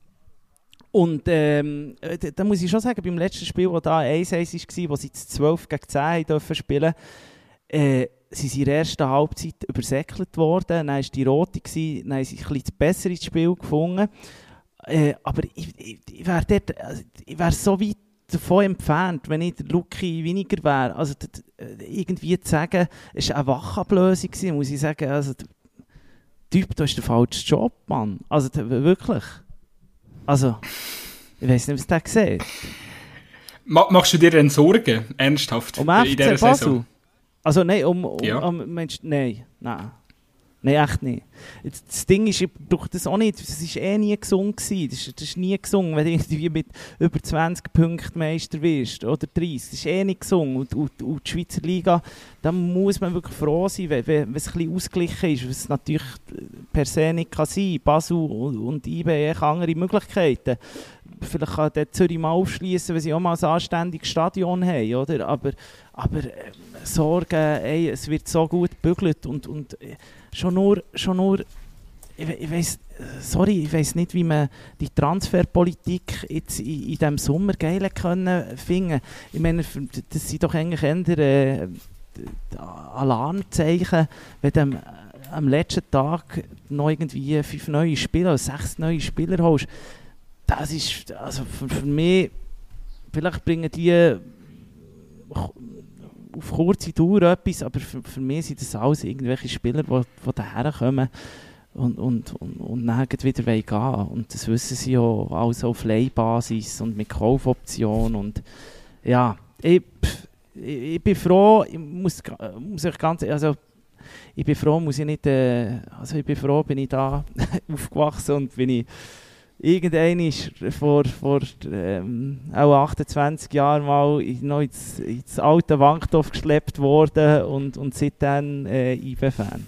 Und ähm, da, da muss ich schon sagen, beim letzten Spiel, das da eins eins war, wo sie zwölf gegen zehn durften spielen, äh, sie sind in der ersten Halbzeit übersäckelt worden, dann war die rote, gewesen, dann haben sie ein bisschen besser ins Spiel gefunden. Äh, aber ich, ich, ich wäre also, wär so weit davon entfernt, wenn ich der Luki weniger wäre. Also d- irgendwie zu sagen, es war eine Wachablösung, muss ich sagen. Also, der Typ, du hast den falschen Job, Mann. Also d- wirklich. Also, ich weiss nicht, was der sieht. Machst du dir denn Sorgen, ernsthaft, um in dieser Saison? Also nein, um, um, ja. um Mensch, nein, nein. Nein, echt nicht. Das Ding ist, ich brauche das auch nicht, es war eh nie gesungen. Das ist, das ist nie gesungen, wenn du irgendwie mit über zwanzig Punkten Meister wirst, oder dreißig. Das ist eh nicht gesungen. Und, und, und die Schweizer Liga, da muss man wirklich froh sein, wenn, wenn es ein bisschen ausgeglichen ist, was es natürlich per se nicht kann sein kann. Basel und I B haben andere Möglichkeiten. Vielleicht kann der Zürich mal aufschließen, wenn sie auch mal ein anständiges Stadion haben, oder? Aber, aber äh, Sorgen, ey, es wird so gut gebügelt und, und äh, schon nur, schon nur ich, ich weiss, sorry, ich weiss nicht, wie man die Transferpolitik jetzt in, in diesem Sommer geil können finden. Ich meine, das sind doch eigentlich eher äh, Alarmzeichen, wenn du am, am letzten Tag noch irgendwie fünf neue Spieler, sechs neue Spieler holst. Das ist, also für, für mich, vielleicht bringen die auf kurze Dauer etwas, aber für, für mich sind das alles irgendwelche Spieler, die, die daher kommen und, und, und, und dann wieder gehen wollen. Und das wissen sie ja alles auf Leihbasis und mit Kaufoption. Und ja, ich, ich, ich bin froh, ich muss, muss ich ganz, also ich bin froh, muss ich nicht, äh, also ich bin froh, bin ich da aufgewachsen und bin ich irgendwann ist vor, vor ähm, auch achtundzwanzig Jahren mal noch ins, ins alte Wankdorf geschleppt worden und, und seitdem äh, I B-Fan.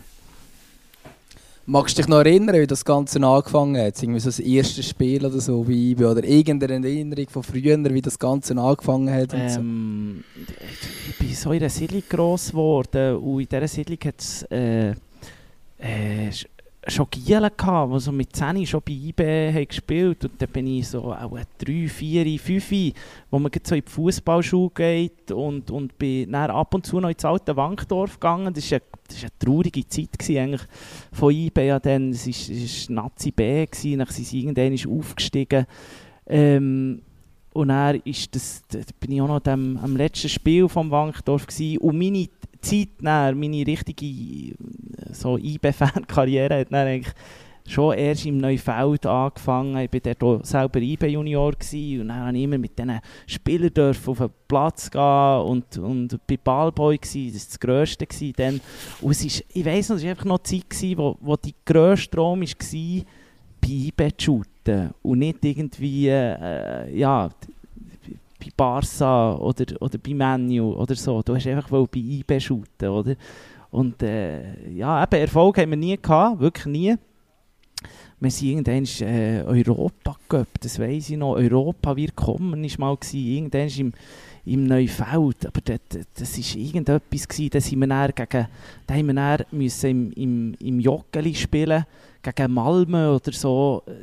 Magst du dich noch erinnern, wie das Ganze angefangen hat? Irgendwie so das erste Spiel oder so wie I B oder irgendeine Erinnerung von früher, wie das Ganze angefangen hat? Und ähm, so? Ich bin so in einer Siedlung gross geworden und in dieser Siedlung hat es äh, äh, schon Gielen gehabt, die so mit zehn schon bei I B haben gespielt. Und dann bin ich so auch drei, vier, fünf, wo man so in die Fußballschule geht und, und bin dann ab und zu noch ins alte Wankdorf gegangen. Das war eine, eine traurige Zeit gewesen, eigentlich von I B. Ja, dann, es war Nazi B, gewesen, dann sind sie irgendwann aufgestiegen. Ähm, und dann ist das, da bin ich auch noch dem, am letzten Spiel vom Wankdorf gewesen. Und meine Zeit, dann, meine richtige so I B-Fan-Karriere hat dann eigentlich schon erst im Neufeld angefangen. Ich war dort selber I B-Junior und dann habe ich immer mit diesen Spielern auf den Platz gehen und, und bei Ballboy gsi, das war das Grösste gsi dann. Und es ist, ich weiss noch, es war einfach noch die Zeit gsi, wo, wo die grösste Traum war, bei I B zu shooten und nicht irgendwie, äh, ja, bei Barca oder, oder bei Manu oder so. Du hast einfach bei I B shooten, oder? Und äh, ja, eben, Erfolg haben wir nie gehabt, wirklich nie. Wir sind irgendwann äh, Europa Cup, das weiss ich noch. Europa wird kommen, ist mal gewesen, irgendwann im, im Neufeld. Aber das, das ist irgendetwas gewesen, da sind wir dann gegen, da haben wir dann müssen im, im, im Joggeli spielen, gegen Malmö oder so.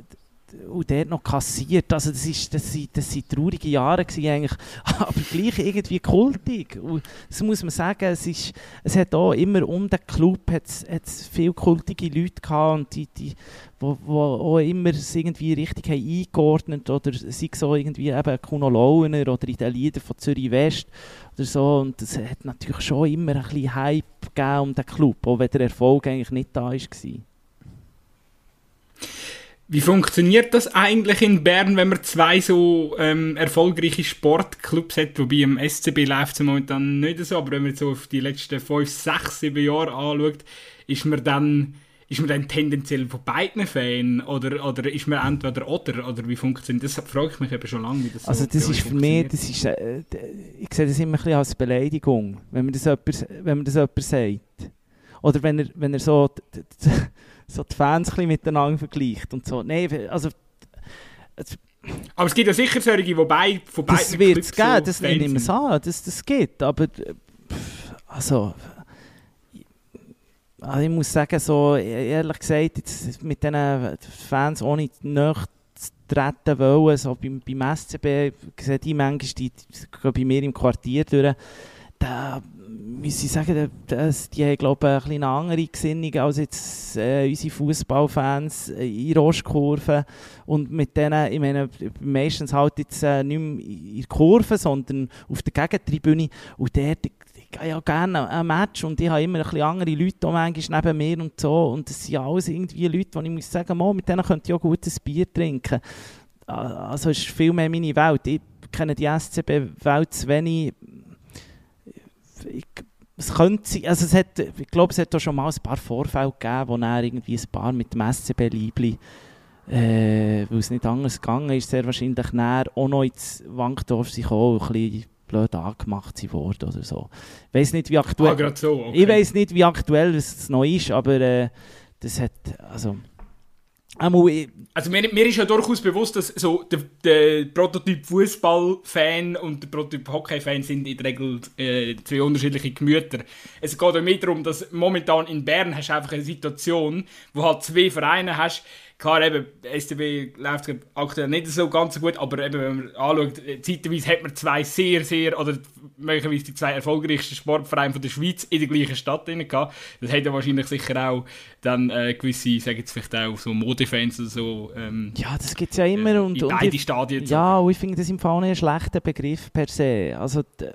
und der noch kassiert. Also das, ist, das, sind, das sind traurige Jahre gewesen eigentlich, aber gleich irgendwie kultig. Und das muss man sagen, es, ist, es hat auch immer um den Club hat's, hat's viele kultige Leute gehabt, und die, die, wo, wo auch immer es irgendwie richtig haben eingeordnet, oder sei es so irgendwie eben Kuno Launer oder in den Liedern von Zürich West oder so. Und das hat natürlich schon immer ein bisschen Hype gegeben um den Club, auch wenn der Erfolg eigentlich nicht da war. Wie funktioniert das eigentlich in Bern, wenn man zwei so ähm, erfolgreiche Sportclubs hat? Wobei im S C B läuft es momentan nicht so, aber wenn man so auf die letzten fünf, sechs, sieben Jahre anschaut, ist man dann, ist man dann tendenziell von beiden Fan, oder, oder ist man entweder oder? Oder wie funktioniert das? Das frage ich mich eben schon lange, wie das also so das ist für mich, das ist, äh, ich sehe das immer ein bisschen als Beleidigung, wenn man das jemand, wenn man das jemand sagt. Oder wenn er, wenn er so... D- d- so die Fans ein bisschen miteinander vergleicht und so. Nein, also... Aber es gibt ja sicher solche, die bei, von beiden das wird es geben, so das nehme ich mir an, dass das gibt, aber... Also... Also ich muss sagen, so ehrlich gesagt, jetzt mit diesen Fans ohne nach zu treten wollen, so beim, beim S C B, sehe ich manchmal die, die bei mir im Quartier durch, da muss ich sagen, dass die haben, glaube ich, ein eine andere Gesinnung als jetzt äh, unsere Fußballfans in Ostkurve. Und mit denen, ich meine, meistens halt jetzt äh, nicht mehr in der Kurve, sondern auf der Gegentribüne. Und dort, ich, ich gehe ja gerne ein Match und ich habe immer ein bisschen andere Leute auch manchmal neben mir und so. Und das sind alles irgendwie Leute, wo ich muss sagen, oh, mit denen könnte ich auch gutes Bier trinken. Also es ist viel mehr meine Welt. Ich kenne die S C B-Welt zu wenig. Ich, es könnte sein, also es hat, ich glaube, es hat auch schon mal ein paar Vorfälle gegeben, wo er irgendwie ein paar mit dem S C B-Liebli, äh, weil es nicht anders gegangen ist, sehr wahrscheinlich näher auch noch ins Wankdorf sich auch ein bisschen blöd angemacht worden oder so. Ich weiss nicht, wie aktuell, ah, so, okay. Ich weiss nicht, wie aktuell es noch ist, aber äh, das hat, also... Also mir, mir ist ja durchaus bewusst, dass so der, der Prototyp Fußballfan und der Prototyp Hockeyfan sind in der Regel äh, zwei unterschiedliche Gemüter. Es geht ja mehr darum, dass momentan in Bern hast du einfach eine Situation, wo halt zwei Vereine hast. Klar, eben, S C B läuft aktuell nicht so ganz gut, aber eben, wenn man anschaut, zeitweise hat man zwei sehr, sehr, oder möglicherweise die zwei erfolgreichsten Sportvereine von der Schweiz in der gleichen Stadt drin gehabt. Das hat ja wahrscheinlich sicher auch dann äh, gewisse, sagen jetzt vielleicht auch so Modefans oder so. Ähm, ja, das gibt es ja immer. Äh, und, in und beide ich, Stadien. Ja, und ich finde das im Fall nicht einen schlechten Begriff per se. Also, d-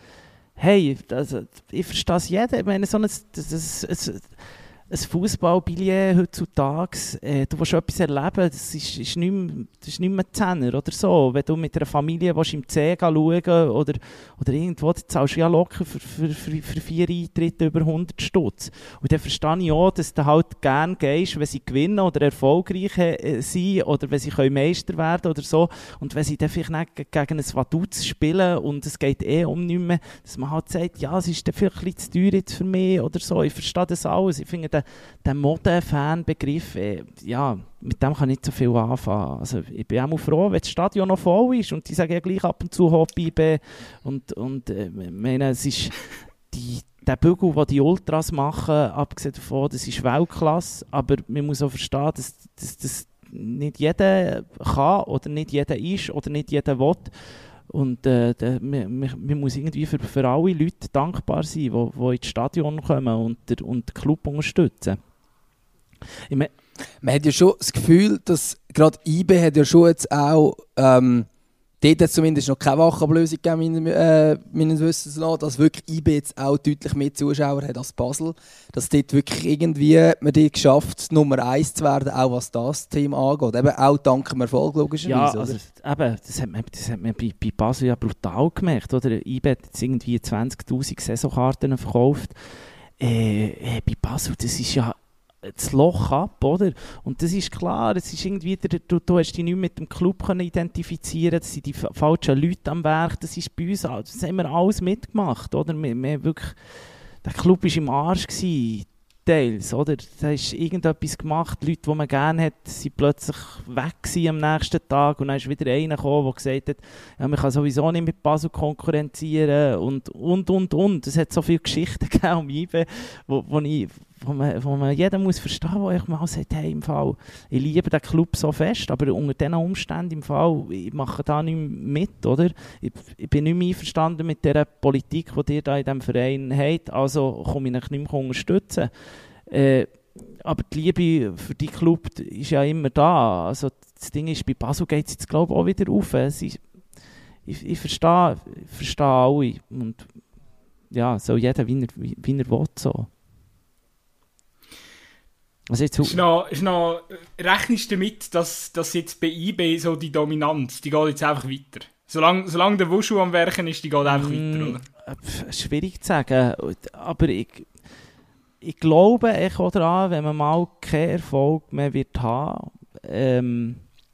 hey, also, ich verstehe es jeder. Ich meine, so ein... Das, das, das, ein Fußballbillett heutzutage, äh, du willst etwas erleben, das ist, ist, nicht mehr, das ist nicht mehr ein Zehner oder so. Wenn du mit einer Familie willst, im See schauen oder, oder irgendwo, dann zahlst du ja locker für, für, für, für vier Eintritte über hundert Stutz. Und dann verstehe ich auch, dass du halt gerne gehst, wenn sie gewinnen oder erfolgreich äh, sind oder wenn sie können Meister werden oder so. Und wenn sie dann vielleicht nicht gegen ein Vaduz spielen und es geht eh um nichts mehr, dass man halt sagt, ja, es ist dann vielleicht ein bisschen zu teuer jetzt für mich oder so. Ich verstehe das alles. Ich finde, der, der Mode-Fan-Begriff, äh, ja, mit dem kann ich nicht so viel anfangen. Also, ich bin auch mal froh, wenn das Stadion noch voll ist und die sagen ja gleich ab und zu Hobby und, und äh, ich meine, es ist die, der Bügel, den die Ultras machen, abgesehen davon, das ist Weltklasse, aber man muss auch verstehen, dass das nicht jeder kann oder nicht jeder ist oder nicht jeder will. Und äh, der, man, man muss irgendwie für, für alle Leute dankbar sein, die, die ins Stadion kommen und, der, und den Club unterstützen. Ich mein, man hat ja schon das Gefühl, dass gerade I B hat ja schon jetzt auch, ähm, dort hat es zumindest noch keine Wachablösung gegeben, äh, meines Wissens nach, dass wirklich I B jetzt auch deutlich mehr Zuschauer hat als Basel. Dass dort wirklich irgendwie man die geschafft, Nummer eins zu werden, auch was das Thema angeht. Eben auch dank dem Erfolg, logischerweise. Ja, also, eben, das hat man, das hat man bei, bei Basel ja brutal gemerkt. Oder? I B hat jetzt irgendwie zwanzigtausend Saisonkarten verkauft. Äh, äh, bei Basel, das ist ja das Loch ab, oder? Und das ist klar, es ist irgendwie der, du, du hast dich nicht mit dem Club können identifizieren, das sind die fa- falschen Leute am Werk, das ist bei uns, das haben wir alles mitgemacht, oder? Wir, wir wirklich, der Club war im Arsch gewesen, teils, oder? Da ist irgendetwas gemacht, Leute, die man gerne hat, sind plötzlich weg gewesen am nächsten Tag und dann ist wieder einer gekommen, der gesagt hat, ja, man kann sowieso nicht mit Basel konkurrenzieren und, und, und, und. Es hat so viele Geschichten gegeben um I B, wo, wo ich wo man, wo man jeder muss verstehen, wo ich mal sagt, hey, im Fall, ich liebe den Club so fest, aber unter diesen Umständen im Fall, ich mache da nicht mit, oder? Ich, ich bin nicht mehr einverstanden mit der Politik, die ihr da in diesem Verein habt, also komme ich euch nicht mehr unterstützen. Äh, aber die Liebe für die Club ist ja immer da. Also das Ding ist, bei Basel geht es jetzt, glaube ich, auch wieder auf. Es ist, ich, ich verstehe, ich verstehe alle. Und ja, so jeder, wie er, wie, wie er will, so. Also jetzt ist noch, ist noch, rechnest du damit, dass, dass jetzt bei I B so die Dominanz, die geht jetzt einfach weiter? Solange, solange der Wushu am Werken ist, die geht einfach mm, weiter, oder? Schwierig zu sagen, aber ich, ich glaube echt auch daran, wenn man mal keinen Erfolg mehr wird haben, ähm,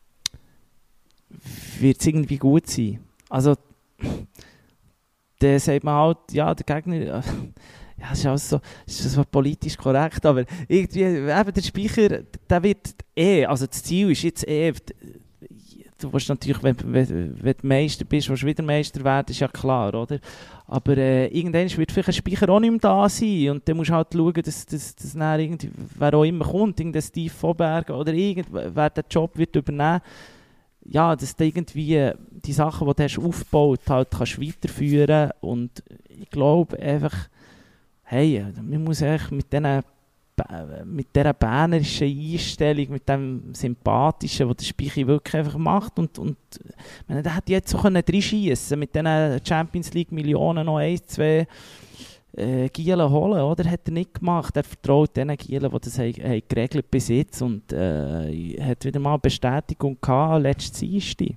wird es irgendwie gut sein. Also, dann sagt man halt, ja, der Gegner... Ja, das ist auch so, das ist so politisch korrekt, aber irgendwie, eben der Speicher, der wird eh, also das Ziel ist jetzt eh, du willst natürlich, wenn, wenn, wenn du Meister bist, willst du wieder Meister werden, ist ja klar, oder? Aber äh, irgendwann wird vielleicht ein Speicher auch nicht mehr da sein und dann musst du halt schauen, dass, dass, dass dann irgendwie, wer auch immer kommt, irgendein Steve Voberger oder irgendwer den Job wird übernehmen, ja, dass du irgendwie die Sachen, die du hast aufgebaut hast, halt kannst weiterführen und ich glaube einfach, hey, man muss echt mit diesen mit dieser bernerischen Einstellung, mit dem Sympathischen, was der Speichi wirklich einfach macht und, und meine, der hätte jetzt so reinschiessen mit diesen Champions League Millionen noch ein, zwei äh, Gielen holen, oder? Hat er nicht gemacht. Er vertraut den Gielen, die das haben, haben geregelt bis jetzt und äh, hat wieder mal Bestätigung gehabt, letztes Dienstag.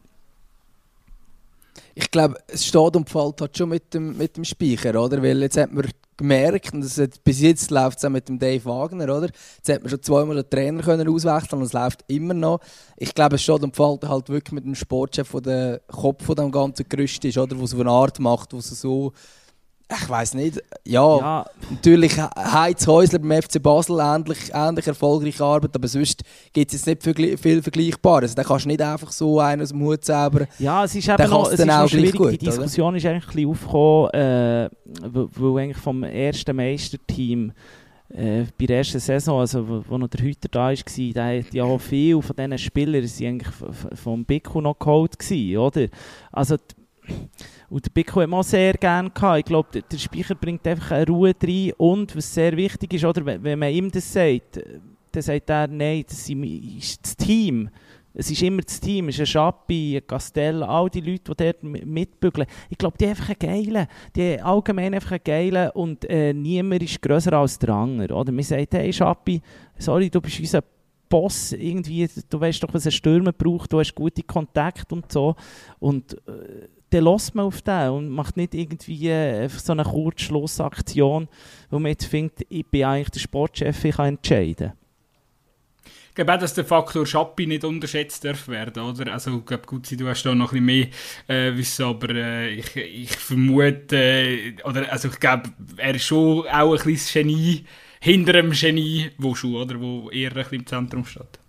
Ich glaube, es steht und fällt halt schon mit dem, mit dem Speicher, oder? Weil jetzt hat man gemerkt, und das hat, bis jetzt läuft es auch mit dem Dave Wagner, oder? Jetzt hat man schon zweimal den Trainer können auswechseln und es läuft immer noch. Ich glaube, es steht und fällt halt wirklich mit dem Sportchef, der der Kopf von dem ganzen Gerüst ist, oder? Wo es so eine Art macht, wo es so... Ich weiss nicht. Ja, ja. Natürlich Heinz Häusler beim F C Basel ähnlich, ähnlich erfolgreiche Arbeit, aber sonst gibt es jetzt nicht viel Vergleichbares. Da kannst du nicht einfach so einen aus dem Hut zaubern. Ja, es ist eben noch, es ist noch schwierig. Gut, die Diskussion oder? Ist eigentlich ein bisschen aufgekommen, äh, weil, weil eigentlich vom ersten Meisterteam äh, bei der ersten Saison, also wo, wo noch der Hüter da war, der hat ja auch viele von diesen Spielern die eigentlich vom Bicku noch geholt gewesen, oder? Also die, und der Bicku hat man auch sehr gerne gehabt. Ich glaube, der Speicher bringt einfach eine Ruhe rein. Und was sehr wichtig ist, oder, wenn man ihm das sagt, dann sagt er, nein, das ist das Team. Es ist immer das Team. Es ist ein Schappi, ein Castell, all die Leute, die dort mitbügeln. Ich glaube, die haben einfach einen geilen. Die haben allgemein einfach einen geilen und äh, niemand ist grösser als der andere. Oder? Man sagt, hey Schappi, sorry, du bist unser Boss, irgendwie, du weißt doch, was ein Stürmer braucht, du hast gute Kontakte und so. Und äh, dann lässt man auf den und macht nicht irgendwie äh, so eine Kurzschlussaktion, wo man jetzt findet, ich bin eigentlich der Sportchef, ich kann entscheiden. Ich glaube auch, dass der Faktor Schappi nicht unterschätzt darf werden, oder? Also, ich glaube, gut, du hast da noch ein bisschen mehr äh, Wissen, aber äh, ich, ich vermute, äh, oder, also ich glaube, er ist schon auch ein kleines Genie hinter einem Genie, wo schon, oder, wo eher ein bisschen im Zentrum steht.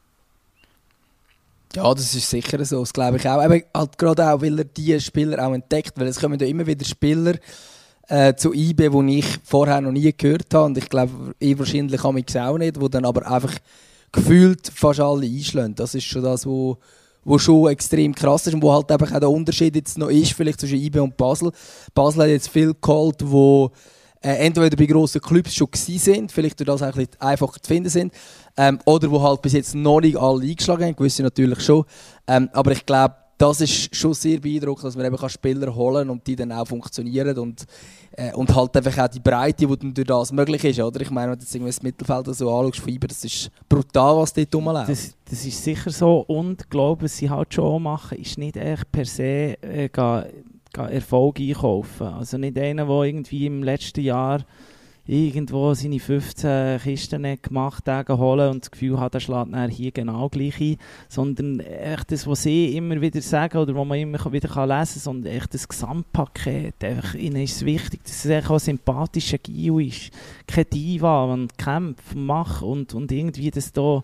Ja, das ist sicher so, das glaube ich auch. Aber halt gerade auch, weil er diese Spieler auch entdeckt, weil es kommen ja immer wieder Spieler äh, zu I B, die ich vorher noch nie gehört habe und ich glaube, ich wahrscheinlich auch nicht, die dann aber einfach gefühlt fast alle einschlagen. Das ist schon das, wo, wo schon extrem krass ist und wo halt einfach auch der Unterschied jetzt noch ist, vielleicht zwischen I B und Basel. Basel hat jetzt viel geholt, wo äh, entweder bei grossen Clubs schon gewesen sind, vielleicht durch das auch ein bisschen einfacher zu finden sind, ähm, oder wo halt bis jetzt noch nicht alle eingeschlagen haben, gewisse natürlich schon. Ähm, aber ich glaube, das ist schon sehr beeindruckend, dass man eben Spieler holen kann und die dann auch funktionieren und, äh, und halt einfach auch die Breite, die dann durch das möglich ist. Oder? Ich meine, wenn du jetzt irgendwie das Mittelfeld so anschaust, Fiber, das ist brutal, was dort rumläuft. Das, das ist sicher so und ich glaube, was sie halt schon auch machen, ist nicht echt per se äh, ga, ga Erfolg einkaufen. Also nicht einer, der irgendwie im letzten Jahr irgendwo seine fünfzehn Kisten nicht gemacht hat, holen und das Gefühl hat, er schlägt dann hier genau gleich ein, sondern echt das, was sie immer wieder sagen oder was man immer wieder lesen kann, sondern echt das Gesamtpaket. Einfach, ihnen ist es wichtig, dass es auch ein sympathischer Gio ist. Keine Diva, man kämpft, macht und, und irgendwie das da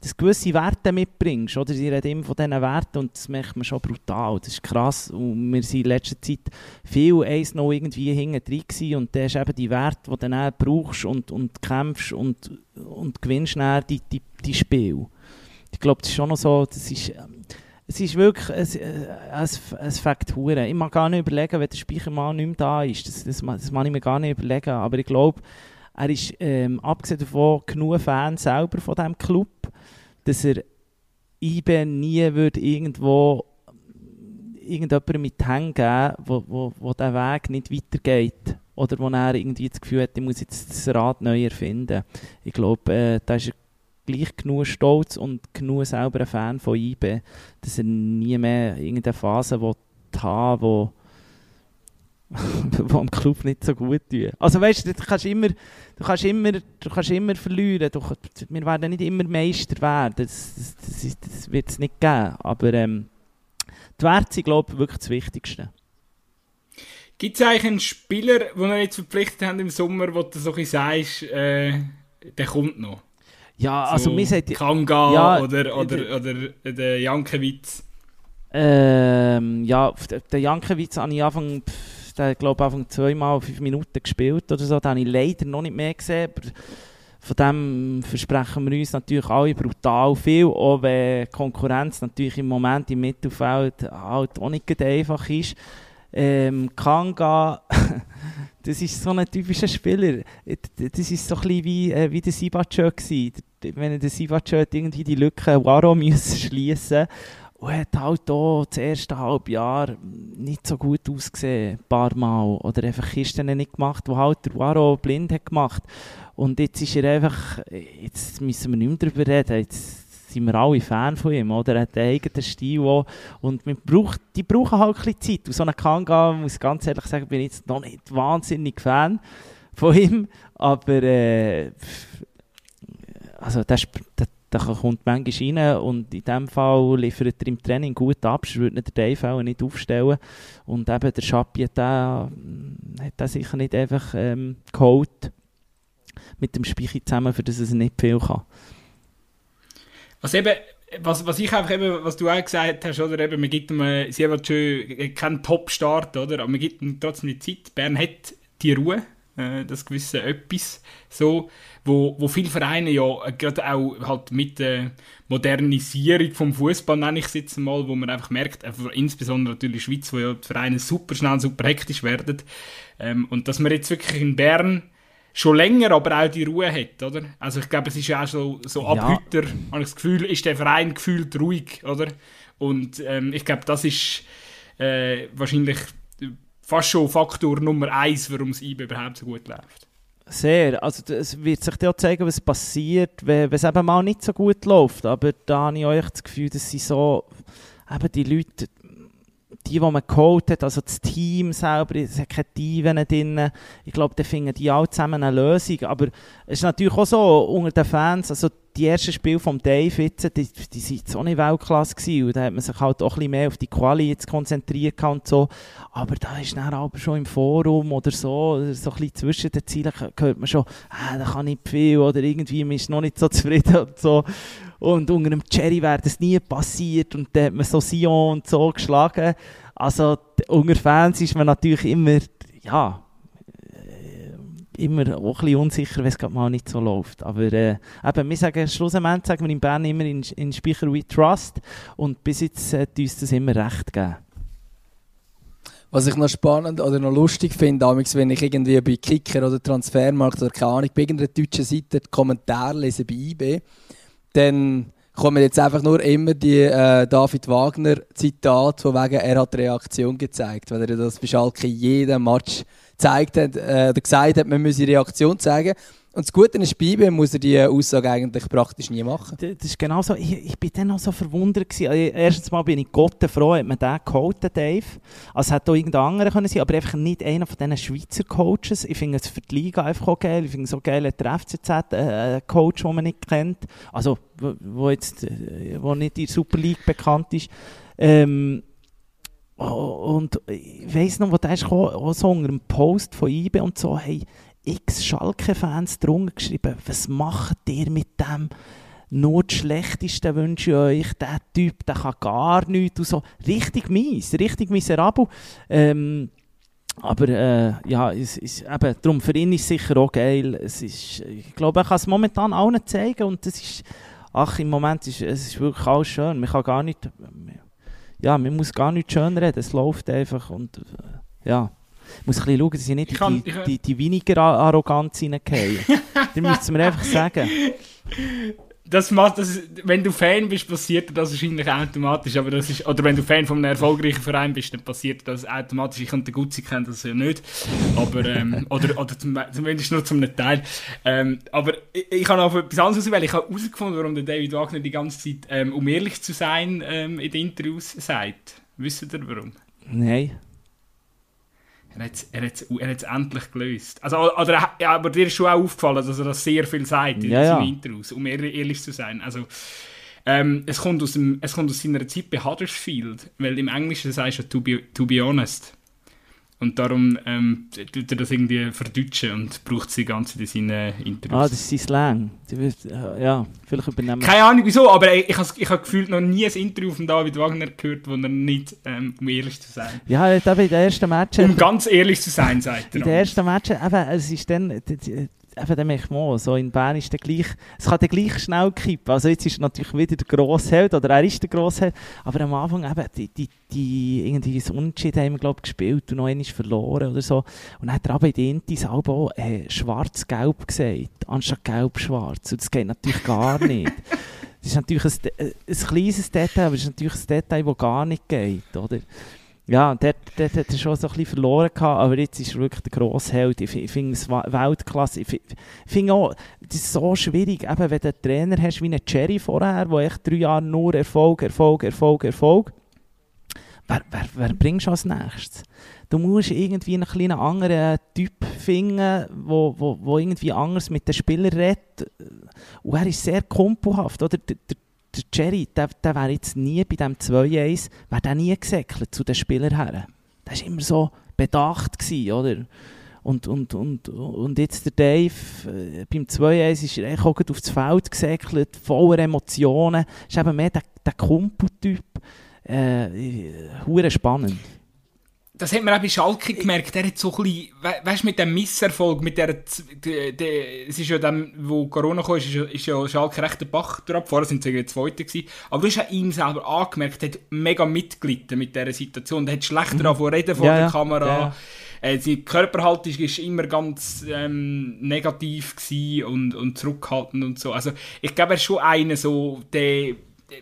dass du gewisse Werte mitbringst, oder? Sie reden immer von diesen Werten und das merkt man schon brutal. Das ist krass und wir waren in letzter Zeit viel eins noch irgendwie hinten drin gewesen und das ist eben die Werte, die du dann brauchst und, und kämpfst und, und gewinnst dann die, die, die Spiele. Ich glaube, das ist schon noch so, das ist, es ist wirklich, es, es, es fängt hure. Ich mag gar nicht überlegen, wenn der Speichermann nicht mehr da ist, das, das, das mag ich mir gar nicht überlegen, aber ich glaube, er ist, ähm, abgesehen davon, genug Fan selber von diesem Club, dass er I B E nie würde irgendwo irgendjemandem mit die Hände geben, wo, wo, wo der Weg nicht weitergeht. Oder wo er irgendwie das Gefühl hat, ich muss jetzt das Rad neu erfinden. Ich glaube, äh, da ist er gleich genug stolz und genug selber ein Fan von I B E, dass er nie mehr irgendeine Phase haben will, die am Club nicht so gut tun. Also weißt du, du kannst immer, du kannst immer, du kannst immer verlieren. Du, wir werden nicht immer Meister werden. Das, das, das, das wird es nicht geben. Aber ähm, die Werte sind, glaube ich, wirklich das Wichtigste. Gibt es eigentlich einen Spieler, den wir jetzt verpflichtet haben im Sommer, wo du so ein bisschen sagst, äh, der kommt noch? Ja, also so mir sagt... Kanga ja, oder, oder, oder der Jankiewicz. Ähm, ja, den Jankiewicz habe ich Anfang... Der hat, glaube ich, Anfang zweimal fünf Minuten gespielt oder so. Den habe ich leider noch nicht mehr gesehen. Aber von dem versprechen wir uns natürlich alle brutal viel. Auch wenn Konkurrenz natürlich im Moment im Mittelfeld halt auch nicht einfach ist. Ähm, Kanga, das ist so ein typischer Spieler. Das ist so ein bisschen wie, äh, wie der Sivacö gewesen. Wenn der Sivacö irgendwie die Lücke Waro müssen schliessen und hat halt auch das erste halbe Jahr nicht so gut ausgesehen, ein paar Mal. Oder einfach Kisten nicht gemacht, die halt der Waro blind hat gemacht. Und jetzt ist er einfach, jetzt müssen wir nicht mehr darüber reden, jetzt sind wir alle Fan von ihm, oder? Er hat einen eigenen Stil auch. Und man braucht, die brauchen halt ein bisschen Zeit. Und so einen Kanga, muss ich ganz ehrlich sagen, bin ich jetzt noch nicht wahnsinnig Fan von ihm. Aber äh, also das, das da kommt manchmal rein und in diesem Fall liefert er im Training gut ab, sonst würde der Dave auch nicht aufstellen. Und eben der Schappi hat da sicher nicht einfach ähm, geholt mit dem Speichi zusammen, für das er nicht viel kann. Was eben, was, was ich einfach eben, was du auch gesagt hast, oder eben, man gibt ihm, sie haben schon keinen Top-Start, oder? Aber man gibt ihm trotzdem die Zeit. Bern hat die Ruhe, äh, das gewisse Etwas, so, wo, wo viele Vereine ja gerade auch halt mit der Modernisierung vom Fußball, nenne ich es jetzt mal, wo man einfach merkt, einfach insbesondere natürlich in der Schweiz, wo ja die Vereine super schnell, super hektisch werden, ähm, und dass man jetzt wirklich in Bern schon länger aber auch die Ruhe hat, oder? Also ich glaube, es ist ja auch so, so ab ja. heute, habe ich das Gefühl, ist der Verein gefühlt ruhig, oder? Und ähm, ich glaube, das ist äh, wahrscheinlich fast schon Faktor Nummer eins, warum es I B E überhaupt so gut läuft. Sehr. Also es wird sich ja zeigen, was passiert, wenn, wenn es eben mal nicht so gut läuft. Aber da habe ich euch das Gefühl, dass sie so, eben die Leute, die, die man geholt hat, also das Team selber, es hat keine Tiefen drin. Ich glaube, da finden die alle zusammen eine Lösung. Aber es ist natürlich auch so, unter den Fans, also die ersten Spiele von Dave jetzt, die, die sind jetzt auch nicht Weltklasse gewesen. Und da hat man sich halt auch ein bisschen mehr auf die Quali jetzt konzentriert und so. Aber da ist dann aber schon im Forum oder so, oder so ein bisschen zwischen den Zielen, hört man schon, ah, da kann nicht viel oder irgendwie, man ist noch nicht so zufrieden und so. Und unter dem Cherry wäre das nie passiert und dann hat man so Sion und so geschlagen. Also unter Fans ist man natürlich immer, ja, immer auch ein bisschen unsicher, wenn es gerade mal nicht so läuft. Aber äh, eben, wir sagen, schlussendlich sagen wir in Bern immer in, in Speicher We Trust und bis jetzt hat uns das immer recht gegeben. Was ich noch spannend oder noch lustig finde, wenn ich irgendwie bei Kicker oder Transfermarkt oder keine Ahnung, bei irgendeiner deutschen Seite die Kommentare lese bei I B E, dann kommen jetzt einfach nur immer die äh, David Wagner Zitate, von wegen, er hat Reaktion gezeigt, weil er das bei Schalke jedem Match gezeigt hat, äh, oder gesagt hat, man müsse Reaktion zeigen. Und das Gute ist, bei I B E muss er diese Aussage eigentlich praktisch nie machen. Das ist genau so. Ich, ich bin dann auch so verwundert gewesen. Also, erstens mal bin ich Gott froh, hat man den geholt, Dave. Also es hätte auch irgendein anderer können sein, aber einfach nicht einer von diesen Schweizer Coaches. Ich finde es für die Liga einfach auch geil. Ich finde es auch geil, der F C Z, äh, einen Coach, den man nicht kennt. Also, wo, wo jetzt, wo nicht in der Super League bekannt ist. Ähm, und ich weiss noch, wo der ist gekommen, auch so unter einem Post von I B E und so, hey, x Schalke-Fans drunter geschrieben, was macht ihr mit dem nur das Schlechteste wünsche ich euch, der Typ, der kann gar nichts und so. Richtig mies, richtig miserabel. Ähm, aber äh, ja, es, es, eben, darum, für ihn ist es sicher auch geil. Es ist, ich glaube, er kann es momentan allen zeigen und das ist, ach, im Moment ist es ist wirklich alles schön. Man kann gar nicht, ja, man muss gar nicht schön reden, es läuft einfach und äh, ja. Ich muss ein bisschen schauen, dass ich nicht ich kann, die, ich die, die weniger Arroganz hineingehe. Das müsst ihr mir einfach sagen. Das macht, das, wenn du Fan bist, passiert das wahrscheinlich automatisch. Aber das ist, oder wenn du Fan von einem erfolgreichen Verein bist, dann passiert das automatisch. Ich und der Gutzi kennen das ja nicht. Aber, ähm, oder, oder zum, zumindest nur zum Teil. Ähm, aber ich, ich habe auch etwas anderes ausgewählt. Ich habe herausgefunden, warum der David Wagner die ganze Zeit, ähm, um ehrlich zu sein, ähm, in den Interviews sagt. Wisst ihr warum? Nein. Er hat es er hat's, er hat's endlich gelöst. Also, oder, ja, aber dir ist schon auch aufgefallen, dass er das sehr viel sagt in ja, seinen ja. Interviews, um ehrlich, ehrlich zu sein. Also, ähm, es, kommt aus dem, es kommt aus seiner Zeit bei Huddersfield, weil im Englischen sagst du to be, to be honest. Und darum ähm, tut er das irgendwie verdeutschen und braucht es die ganze Zeit in seinen Interviews. Ah, das ist sein Slang. Ja, vielleicht übernehmen. Keine Ahnung wieso, aber ich, ich habe ich hab gefühlt noch nie ein Interview von David Wagner gehört, wo er nicht, ähm, um ehrlich zu sein. Ja, in den ersten Match. Um ganz ehrlich zu sein, sagt er. In den ersten Match, eben, es ist dann... Eben, dann merkt man, so in Bern ist der gleich, es kann dann gleich schnell kippen. Also jetzt ist er natürlich wieder der Grossheld, oder er ist der Grossheld, aber am Anfang eben, die, die, die irgendwie das Unentschieden haben wir, glaube ich, gespielt und noch einmal verloren oder so. Und dann hat er aber in den Intis auch äh, schwarz-gelb gesagt, anstatt gelb-schwarz. Und das geht natürlich gar nicht. Das ist natürlich ein, ein kleines Detail, aber es ist natürlich ein Detail, das gar nicht geht, oder? Ja, dort, dort hat er schon so ein bisschen verloren gehabt, aber jetzt ist er wirklich der Grossheld. Ich, ich finde es Weltklasse. Ich finde auch, das ist so schwierig, eben, wenn du einen Trainer hast wie einen Cherry vorher, der echt drei Jahre nur Erfolg, Erfolg, Erfolg, Erfolg. Wer, wer, wer bringst du als nächstes? Du musst irgendwie einen kleinen anderen Typ finden, der wo, wo, wo irgendwie anders mit den Spielern redet. Und er ist sehr kumpelhaft, oder? Der, der, Der Jerry, der, der wäre jetzt nie bei diesem zwei eins, wäre der nie gesäckelt zu den Spielern her. Der war immer so bedacht gewesen, oder? Und, und, und, und jetzt der Dave, äh, beim zwei eins ist er eigentlich auch aufs Feld gesäckelt, voller Emotionen. Ist eben mehr der, der Kumpeltyp. Äh, hure spannend. Das hat man auch bei Schalke gemerkt, der hat so ein bisschen, we weißt du, mit dem Misserfolg, mit der, de, de, es ist ja dann, wo Corona kam, ist, ist ja Schalke recht den Bach drauf, vorher sind sie irgendwie Zweite gewesen, aber du hast auch ihm selber angemerkt, er hat mega mitgelitten mit dieser Situation, der hat schlechter mhm. davon reden vor ja, der Kamera, ja, ja. Äh, seine Körperhaltung war immer ganz ähm, negativ gewesen und, und zurückhaltend und so, also ich glaube, er ist schon einer so, der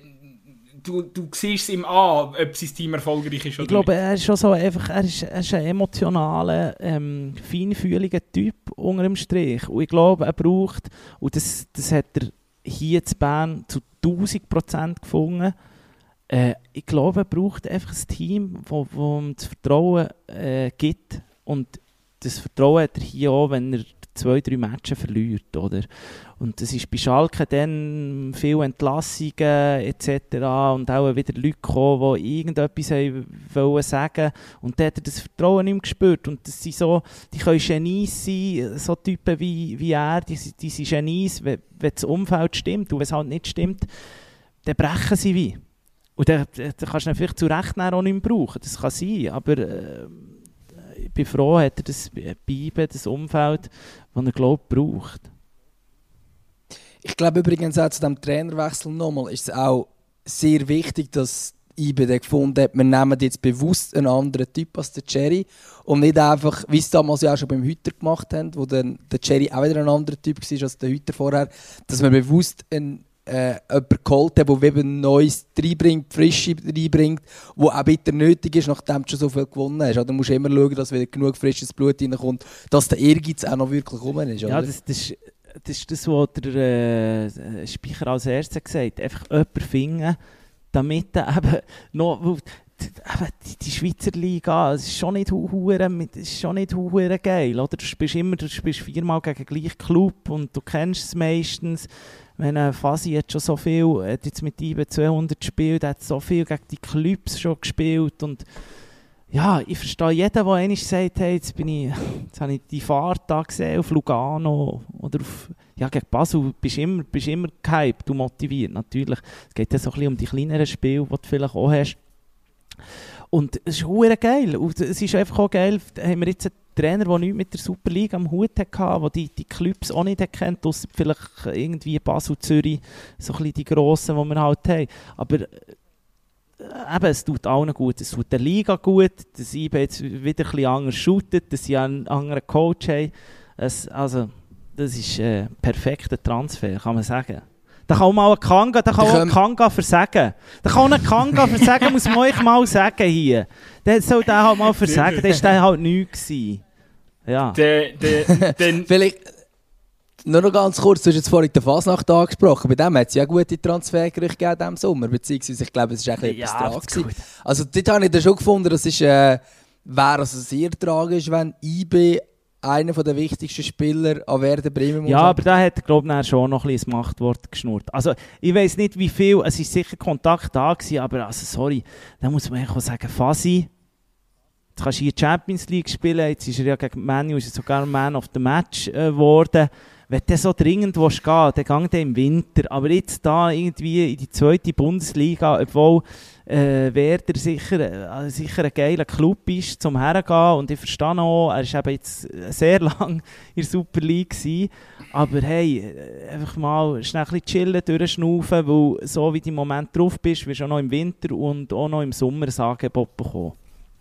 Du, du siehst es ihm an, ob sein Team erfolgreich ist oder ich glaube, nicht. er ist schon so einfach, er ist, er ist ein emotionaler, ähm, feinfühliger Typ unter dem Strich. Und ich glaube, er braucht, und das, das hat er hier in Bern zu tausend Prozent gefunden, äh, ich glaube, er braucht einfach ein Team, wo, wo ihm das Vertrauen äh, gibt. Und das Vertrauen hat er hier auch, wenn er zwei, drei Matches verliert, oder? Und es ist bei Schalke dann viele Entlassungen et cetera und auch wieder Leute gekommen, die irgendetwas wollen sagen. Und da hat er das Vertrauen nicht mehr gespürt. Und das sind so, die können Genies sein, so Typen wie, wie er, die, die sind Genies, wenn, wenn das Umfeld stimmt. Und wenn es halt nicht stimmt, dann brechen sie wie. Und dann, dann kannst du ihn vielleicht zu Recht auch nicht mehr brauchen. Das kann sein, aber äh, ich bin froh, hat er das Beiben, das Umfeld, das er, glaube ich, braucht. Ich glaube übrigens auch zu diesem Trainerwechsel nochmal ist es auch sehr wichtig, dass I B gefunden hat, wir nehmen jetzt bewusst einen anderen Typ als der Cherry und nicht einfach, wie es damals ja auch schon beim Hütter gemacht haben, wo dann der Cherry auch wieder ein anderer Typ war als der Hütter vorher, dass wir bewusst einen Äh, jemanden geholt haben, der eben Neues reinbringt, Frische reinbringt, wo auch bitter nötig ist, nachdem du schon so viel gewonnen hast. Oder du musst immer schauen, dass wieder genug frisches Blut reinkommt, dass der Ehrgeiz auch noch wirklich rum ist. Oder? Ja, das, das, das ist das, was der äh, Speicher als erstes gesagt hat. Einfach jemanden finden, damit er eben noch... Eben, die, die Schweizer Liga, es ist schon nicht hure, es ist schon nicht hure geil, oder? Du spielst immer, du spielst viermal gegen den gleichen Club und du kennst es meistens. Wenn äh, Fasi hat schon so viel, hat jetzt mit I B zweihundert gespielt, hat so viel gegen die Clubs schon gespielt und ja, ich verstehe jeden, der einmal sagt, hey, jetzt bin ich, jetzt habe ich die Fahrt da gesehen auf Lugano oder auf, ja, gegen Basel bist du immer, bist immer gehypt, du motiviert, natürlich. Es geht ja so ein bisschen um die kleineren Spiele, die du vielleicht auch hast. Und es ist verdammt geil. Und es ist einfach auch geil, da haben wir jetzt einen Trainer, der nichts mit der Superliga am Hut hatte, der die, die Clubs auch nicht kennt, ausser vielleicht irgendwie Basel, Zürich, so ein bisschen die grossen, die wir halt haben. Aber äh, eben, es tut allen gut. Es tut der Liga gut, dass I B jetzt wieder ein bisschen anders shootet, dass sie einen anderen Coach haben. Es, also, das ist ein äh, perfekter Transfer, kann man sagen. Da kann auch mal ein Kanga, da kann auch ein Kanga versagen. Da kann auch ein Kanga versagen, muss man euch mal sagen hier. Der soll der halt mal versagen, der war halt nichts gewesen. Ja. De, de, de, Vielleicht nur noch ganz kurz, du hast jetzt vorhin den Fasnacht angesprochen. Bei dem hat es ja gute Transfergerüchte gegeben in diesem Sommer, beziehungsweise ich glaube, es war etwas ja, dran gewesen. Also dort habe ich dann schon gefunden, das ist, äh, wäre also sehr tragisch, wenn I B einer der wichtigsten Spieler an Werder Bremen. Ja, aber da hat, glaube ich, schon noch ein bisschen das Machtwort geschnurrt. Also, ich weiss nicht, wie viel, es war sicher Kontakt da gewesen, aber also, sorry, da muss man auch sagen, Fasi, jetzt kannst du hier Champions League spielen, jetzt ist er ja gegen Manu, ist er sogar Man of the Match geworden. Äh, Wenn du so dringend gehen willst, dann geh dann im Winter. Aber jetzt da irgendwie in die zweite Bundesliga, obwohl äh, Werder sicher, äh, sicher ein geiler Club ist, zum hergehen. Und ich verstehe auch, er war eben jetzt sehr lange in der Super League gewesen. Aber hey, einfach mal schnell ein bisschen chillen, durchschnaufen, weil so wie du im Moment drauf bist, wirst du auch noch im Winter und auch noch im Sommer ein Angebot bekommen.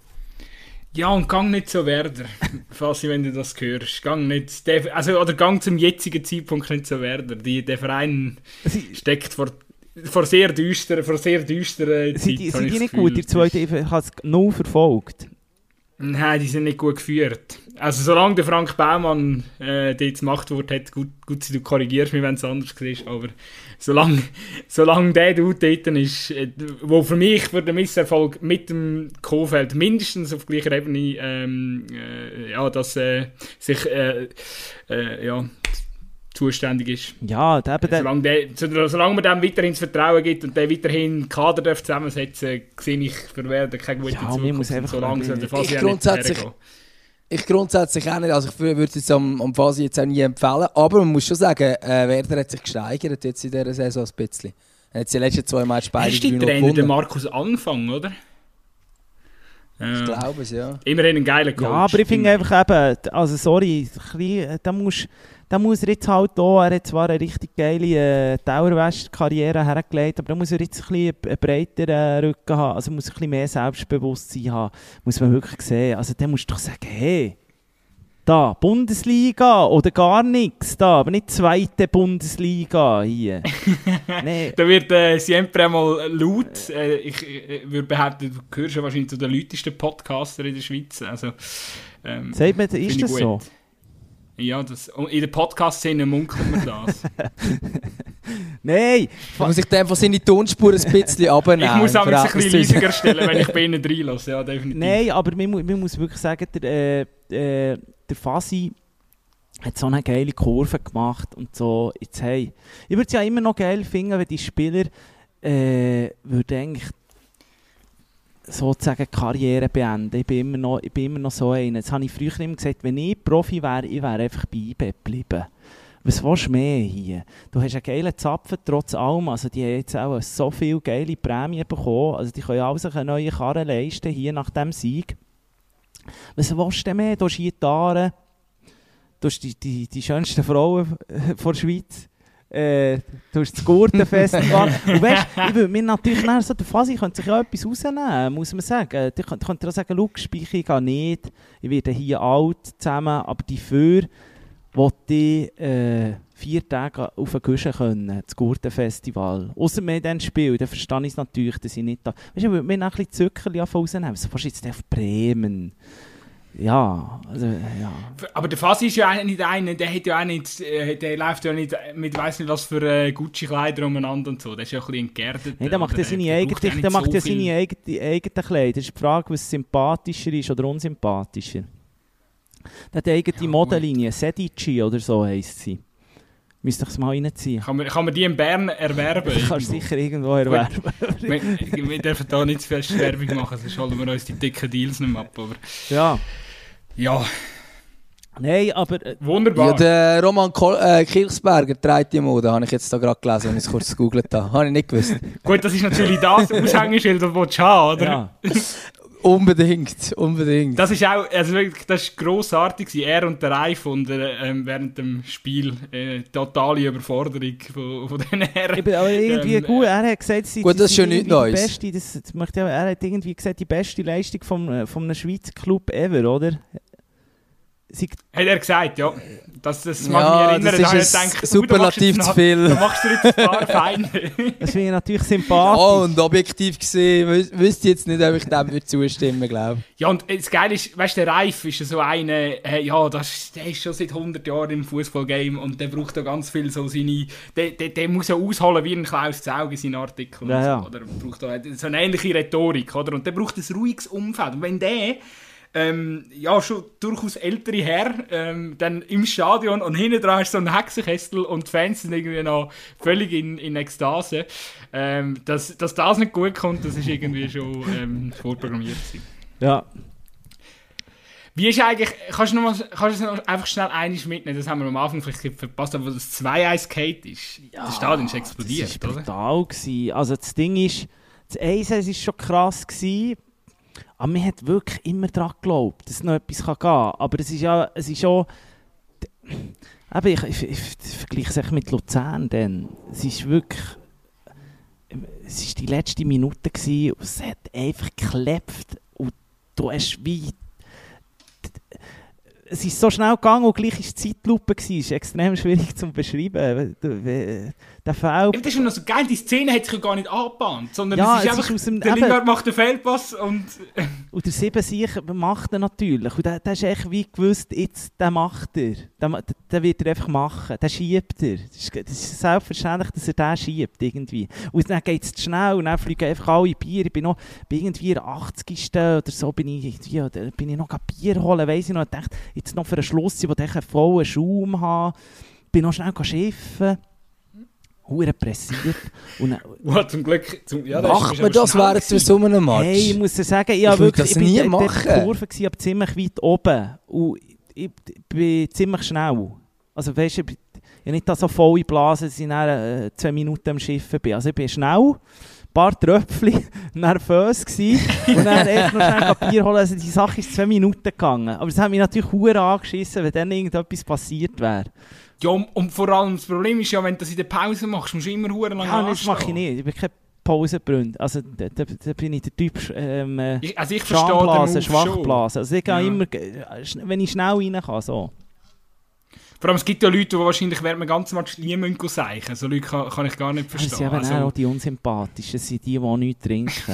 Ja, und gang nicht zu Werder, Fassi, wenn du das hörst. Gang nicht, also, oder gang zum jetzigen Zeitpunkt nicht zu Werder. Die, der Verein steckt vor, vor sehr düsteren, vor sehr düsteren Zeiten. Sind, sind die nicht gut? Die zweite, ich habe es null verfolgt. Nein, die sind nicht gut geführt. Also solange der Frank Baumann äh, dort das Machtwort hat, gut, gut du korrigierst mich, wenn es anders ist, aber solange, solange der Dude dort ist, äh, wo für mich für den Misserfolg mit dem Kohfeldt mindestens auf gleicher Ebene ähm, äh, ja, dass äh, sich äh, äh, ja, zuständig ist. Ja, der, der, solange, der, solange man dem weiterhin das Vertrauen gibt und der weiterhin Kader darf zusammensetzen, sehe ich für Werder keine gute ja, Zukunft. Muss einfach solange der Fasi ja nicht hergehen. Ich grundsätzlich auch nicht, also ich würde es am, am Fasi jetzt auch nie empfehlen, aber man muss schon sagen, äh, Werder hat sich gesteigert jetzt in dieser Saison ein bisschen. Er hat die letzten zwei Matches beide gewonnen. Ist der Trainer der Markus Anfang, oder? Ja. Ich glaube es, ja. Immerhin ein geiler Coach. Ja, aber ich finde einfach eben, also sorry, da muss, da muss er jetzt halt auch, er hat zwar eine richtig geile äh, Dauerwest-Karriere hergelegt, aber da muss er jetzt ein bisschen einen breiteren Rücken haben, also muss ein bisschen mehr Selbstbewusstsein haben, muss man wirklich sehen. Also der muss doch sagen, hey, da, Bundesliga oder gar nichts, da, aber nicht zweite Bundesliga hier. Nee. Da wird äh, siempre mal laut. Äh, ich äh, würde behaupten, du gehörst ja wahrscheinlich zu den lautesten Podcastern in der Schweiz. Also, ähm, sagt man, ist das gut. So? Ja, das, in der Podcast-Szene munkelt man das. Nein! Man muss sich dann von seine Tonspur ein bisschen abnehmen. Ich muss auch ein bisschen leiser stellen, wenn ich bei ihnen reinlasse. Ja, definitiv. Nein, aber man, man muss wirklich sagen, der, äh, der Fasi hat so eine geile Kurve gemacht und so. Jetzt, hey, ich würde es ja immer noch geil finden, wenn die Spieler äh, würde eigentlich sozusagen Karriere beenden. Ich bin immer noch, ich bin immer noch so einer. Jetzt habe ich früher immer gesagt, wenn ich Profi wäre, ich wäre einfach bei I B geblieben. Was willst du mehr hier? Du hast einen geilen Zapfen trotz allem. Also die haben jetzt auch so viele geile Prämien bekommen. Also die können auch sich eine neue Karre leisten hier nach diesem Sieg. Was willst du mehr? Du hast hier die Aare. Du hast die, die, die schönsten Frauen der Schweiz. Äh, du hast das Gurtenfestival. Und weißt, ich würde mir natürlich nachher so, der Fasi könnte sich ja etwas rausnehmen, muss man sagen. Die könnte, könnte auch sagen, schau, Speicher, ich gehe nicht. Ich werde hier alt zusammen, aber dafür wollte ich äh, vier Tage auf den Guschen können, das Gurtenfestival. Ausser mir dann Spiel, dann verstehe ich es natürlich, dass ich nicht da... Weißt du, ich würde mir noch ein bisschen Zuckerli rausnehmen. So fast jetzt auf Bremen. Ja, also, ja. Aber der Fasi ist ja nicht einer, der hat ja auch nicht, der läuft ja nicht mit weiss nicht was für äh, Gucci-Kleider umeinander und so. Der ist ja ein bisschen entgärtet. Nein, der macht ja seine eigenen, der macht so ja seine eigenen, eigenen Kleider. Das ist die Frage, was sympathischer ist oder unsympathischer. Der hat eine eigene ja, Modellinie, Sedici oder so heisst sie. Müsste ich es mal reinziehen. Kann man, kann man die in Bern erwerben? Ich kann sicher irgendwo erwerben. wir, wir dürfen da nicht zu fest Werbung machen, sonst holen wir uns die dicken Deals nicht mehr ab. Aber ja. Ja. Nein, aber... Äh, Wunderbar. Ja, der Roman Kol äh, Kirchsberger trägt die Mode, habe ich jetzt da gerade gelesen, als ich es kurz gegoogelt habe. Habe ich nicht gewusst. Gut, das ist natürlich das Aushängeschild, das du haben, oder? Ja. Unbedingt, unbedingt. Das ist auch, also wirklich, das ist grossartig gewesen. Er und der Reif und der, ähm, während dem Spiel äh, totale Überforderung von, von den Herren. Eben, aber irgendwie ähm, gut, er hat gesagt, sie, gut, das ist schon nichts Neues. Beste, das, das möchte ich, er hat irgendwie gesagt, die beste Leistung vom, vom einem Schweizer Club ever, oder? Sie, hat er gesagt, ja. Das, das mag ja, mich erinnern, das ist da gedacht, superlativ zu viel. Da machst du jetzt ein paar Feinde. Das finde ich natürlich sympathisch. Ja, und objektiv gesehen, wüs wüsste ich jetzt nicht, ob ich dem würde zustimmen glaube. Ja, und das Geile ist, weißt du, der Reif ist so einer, äh, ja, das, der ist schon seit hundert Jahren im Fußballgame und der braucht da ganz viel so seine, der, der, der muss ja ausholen wie ein Klaus Zaug in seinen Artikeln. Ja, ja. So, oder braucht da so eine ähnliche Rhetorik, oder? Und der braucht ein ruhiges Umfeld. Und wenn der Ähm, ja, schon durchaus ältere Herr, ähm, dann im Stadion und hinten dran ist so ein Hexenkessel und die Fans sind irgendwie noch völlig in, in Ekstase. Ähm, dass, dass das nicht gut kommt, das ist irgendwie schon ähm, vorprogrammiert gewesen. Ja. Wie ist eigentlich, kannst du noch, mal, kannst du noch einfach schnell einiges mitnehmen, das haben wir am Anfang vielleicht verpasst, aber das zwei eins Skate ist, ja, das Stadion ist explodiert, das war brutal gewesen. Also das Ding ist, das eins eins war schon krass gewesen, aber man hat wirklich immer daran geglaubt, dass noch etwas gehen kann. Aber es ist ja, es ist auch, eben, ich, ich, ich, ich vergleiche es mit Luzern, denn es ist wirklich, es ist die letzte Minute gewesen, und es hat einfach geklebt und du hast wie, es ist so schnell gegangen und gleich war es Zeitlupe. Es ist extrem schwierig zu beschreiben. Der Foul... Das ist schon noch so geil, die Szene hat sich ja gar nicht angebahnt, sondern ja, es ist es einfach, ist aus dem, der eben, Lingard macht den Fehlpass und... und der Sieben-Sieg macht er natürlich. Und der, der ist echt wie gewusst, jetzt, der macht er. Der, der wird er einfach machen. Der schiebt er. Das ist, das ist selbstverständlich, dass er den schiebt irgendwie. Und dann geht es zu schnell und dann fliegen einfach alle Bier. Ich bin noch bei irgendwie der achtzigsten oder so, bin ich, irgendwie, oder bin ich noch Bier holen, weiss ich noch. Ich dachte, jetzt noch für einen Schluss, wo ich einen vollen Schaum habe. Bin noch schnell schiffen. Hure pressiert. Und oh, zum Glück. Zum, ja, macht man das während so einem Match? Hey, ich muss dir sagen, ich, ich, wirklich, ich bin in der Kurve gewesen, aber ziemlich weit oben. Und ich, ich bin ziemlich schnell. Also weißt du, ich habe nicht so volle Blasen, dass ich nach äh, zwei Minuten am Schiffen bin. Also ich bin schnell, ein paar Tröpfchen, nervös gewesen und dann echt noch schnell Bier holen. Also die Sache ist zwei Minuten gegangen. Aber es hat mich natürlich hure angeschissen, wenn dann irgendetwas passiert wäre. Ja, und vor allem das Problem ist ja, wenn du das in der Pause machst, musst du immer hure lang anstehen. Ja, das mache ich nicht. Ich bin kein Pausenbründ. Also da, da, da bin ich der Typ ähm, ich, also ich Schamblase, Schwachblase. Also ich gehe ja. immer, wenn ich schnell rein kann, so. Vor allem, es gibt ja Leute, die wahrscheinlich während dem ganzen Match nie seichen müssen. So Leute kann, kann ich gar nicht verstehen. Das sind eben also, auch die Unsympathischen, das sind die, die auch nichts trinken.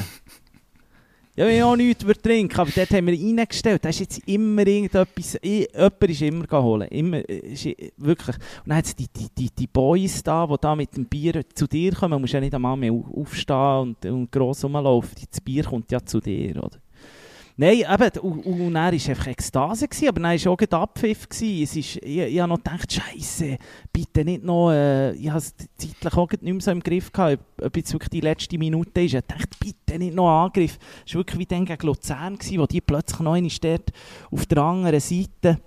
Ja, wenn ich auch nichts trinken, aber dort haben wir reingestellt. Da ist jetzt immer irgendetwas, jemand ist immer geholt. Immer, ist, wirklich. Und dann hat es die, die, die, die Boys da, die da mit dem Bier zu dir kommen. Man muss ja nicht einmal mehr aufstehen und, und gross rumlaufen. Das Bier kommt ja zu dir, oder? Nein, eben, und, und dann war es einfach Ekstase, gewesen, aber dann war auch ein Abpfiff. Es ist, ich ich habe noch gedacht, Scheisse, bitte nicht noch, äh, ich habe es zeitlich auch nicht mehr so im Griff gehabt, ob jetzt wirklich die letzte Minute ist. Ich dachte, bitte nicht noch Angriff. Es war wirklich wie dann gegen Luzern, gewesen, wo die plötzlich noch einmal dort auf der anderen Seite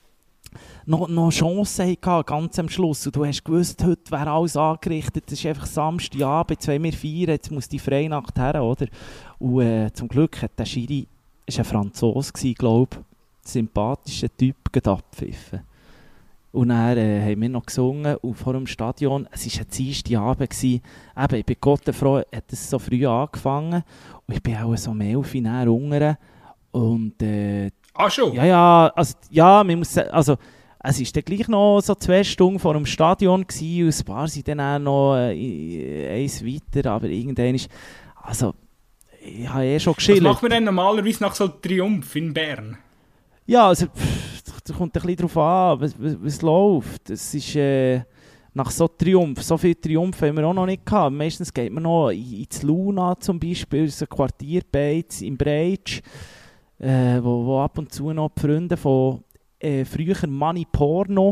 noch, noch Chancen hatten, ganz am Schluss. Und du hast gewusst, heute wäre alles angerichtet, es ist einfach Samstagabend, jetzt wollen wir feiern, jetzt muss die Freinacht her, oder? Und äh, zum Glück hat der Schiri, es war ein Franzose, glaube ich, ein sympathischer Typ, abgepfiffen. Und dann äh, haben wir noch gesungen und vor dem Stadion, es war ein Dienstagabend, eben, ich bin Gott froh, hat es so früh angefangen und ich bin auch so um elf Uhr näher unten und äh, ah, schon? Ja, ja, also, ja, man muss also es war dann gleich noch so zwei Stunden vor dem Stadion gewesen, und ein paar sind dann auch noch äh, eins weiter, aber irgendwann ist, also ich habe eh schon geschillt. Was macht man denn normalerweise nach so einem Triumph in Bern? Ja, also es kommt ein bisschen darauf an, was, was, was läuft. Es ist äh, nach so Triumph, so viel Triumph haben wir auch noch nicht gehabt. Meistens geht man noch ins Luna zum Beispiel, so ein Quartierbeiz im Breitsch, äh, wo, wo ab und zu noch die Freunde von äh, früher Money Porno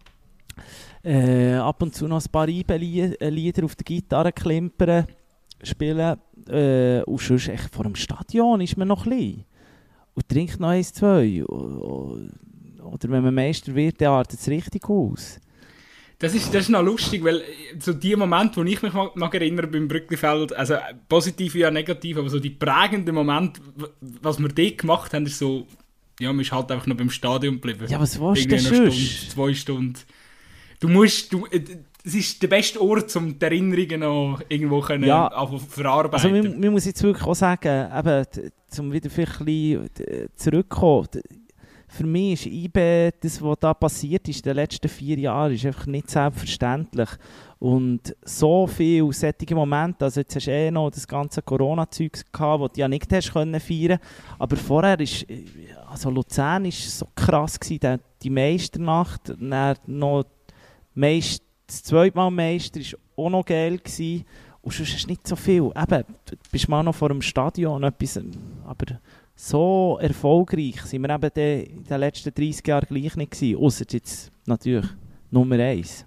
äh, ab und zu noch ein paar Lieder auf der Gitarre klimpern, spielen. Äh, und sonst echt vor dem Stadion ist man noch klein und trinkt noch eins, zwei und, oder wenn man Meister wird, dann artet es richtig aus. Das ist, das ist noch lustig, weil so die Momente, wo ich mich mag, mag erinnern beim Brücklifeld, also positiv wie auch negativ, aber so die prägenden Momente, was wir dort gemacht haben, ist so, ja, man ist halt einfach noch beim Stadion geblieben. Ja, was willst du denn Stunde, zwei Stunden. Du musst, du, es ist der beste Ort, um die Erinnerungen noch irgendwo können, ja, verarbeiten. Also man, man muss jetzt wirklich auch sagen, eben, um wieder vielleicht ein bisschen zurückzukommen, für mich ist I B, das, was da passiert ist in den letzten vier Jahren, ist einfach nicht selbstverständlich. Und so viele solche Momente, also jetzt hast du eh noch das ganze Corona-Zeug gehabt, das du ja nicht hast können feiern. Aber vorher ist, also Luzern war so krass gewesen, die Meisternacht, dann noch Meister, das zweite Mal Meister war auch noch geil gewesen. Und sonst ist nicht so viel. Eben, du bist mal noch vor dem Stadion etwas, aber so erfolgreich sind wir eben in den letzten dreissig Jahren gleich nicht gewesen. Ausser jetzt natürlich Nummer eins.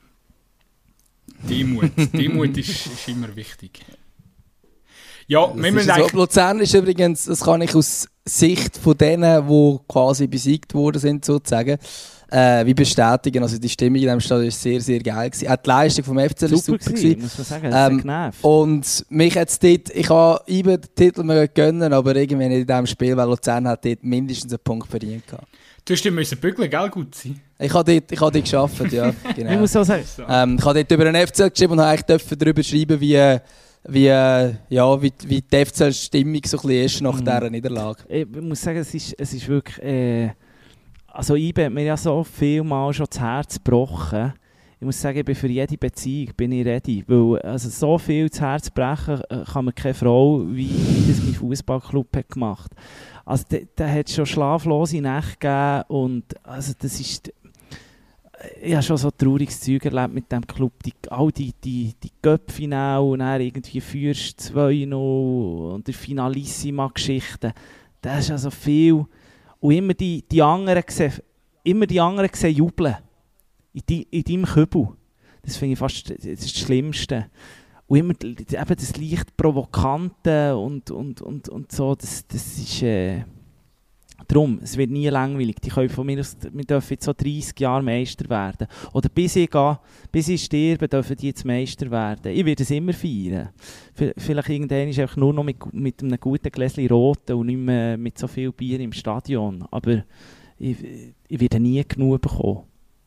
Demut. Demut ist, ist immer wichtig. Ja, das wir müssen so. Luzern ist übrigens, das kann ich aus Sicht von denen, die quasi besiegt worden sind, sozusagen, äh, wie bestätigen. Also die Stimmung in diesem Stadion war sehr, sehr geil gewesen. Auch die Leistung vom F C war super, super gewesen, muss man sagen. Das ähm, und mich jetzt dort, ich habe eben den Titel mir gönnen, aber irgendwie nicht in diesem Spiel, weil Luzern hat dort mindestens einen Punkt verdient gehabt. Du hast müssen bügeln, gell, gut sein? Ich habe dort, ich habe dort gearbeitet, ja, genau. Ich muss auch sagen. Ähm, ich habe dort über den F C geschrieben und habe eigentlich darüber schreiben, wie wie, äh, ja, wie, wie die F C-Stimmung so ein bisschen ist nach mhm. dieser Niederlage. Ich muss sagen, es ist, es ist wirklich... Äh, also I B hat mir ja so viel Mal schon das Herz gebrochen. Ich muss sagen, ich bin für jede Beziehung bin ich ready. Weil also so viel das Herz brechen kann mir keine Frau, wie, wie das mein Fußballclub hat gemacht. Also da, da hat es schon schlaflose Nächte gegeben und also das ist... Ich habe schon so trauriges Zeug erlebt mit diesem Club. Die, all die, die, die Cup-Finale und dann irgendwie Fürst zwei null und die Finalissima-Geschichten. Das ist also viel. Und immer die, die anderen sehen, immer die anderen sehen jubeln. In, die, in deinem Kübel. Das finde ich fast das, ist das Schlimmste. Und immer eben das leicht Provokante und, und, und, und so. Das, das ist... Äh, Darum, es wird nie langweilig. Die können von mir aus, wir dürfen jetzt so dreissig Jahre Meister werden. Oder bis ich gehe, bis ich sterbe, dürfen die jetzt Meister werden. Ich werde es immer feiern. Vielleicht irgendwann ist einfach nur noch mit, mit einem guten Gläschen Roten und nicht mehr mit so viel Bier im Stadion. Aber ich, ich werde nie genug bekommen.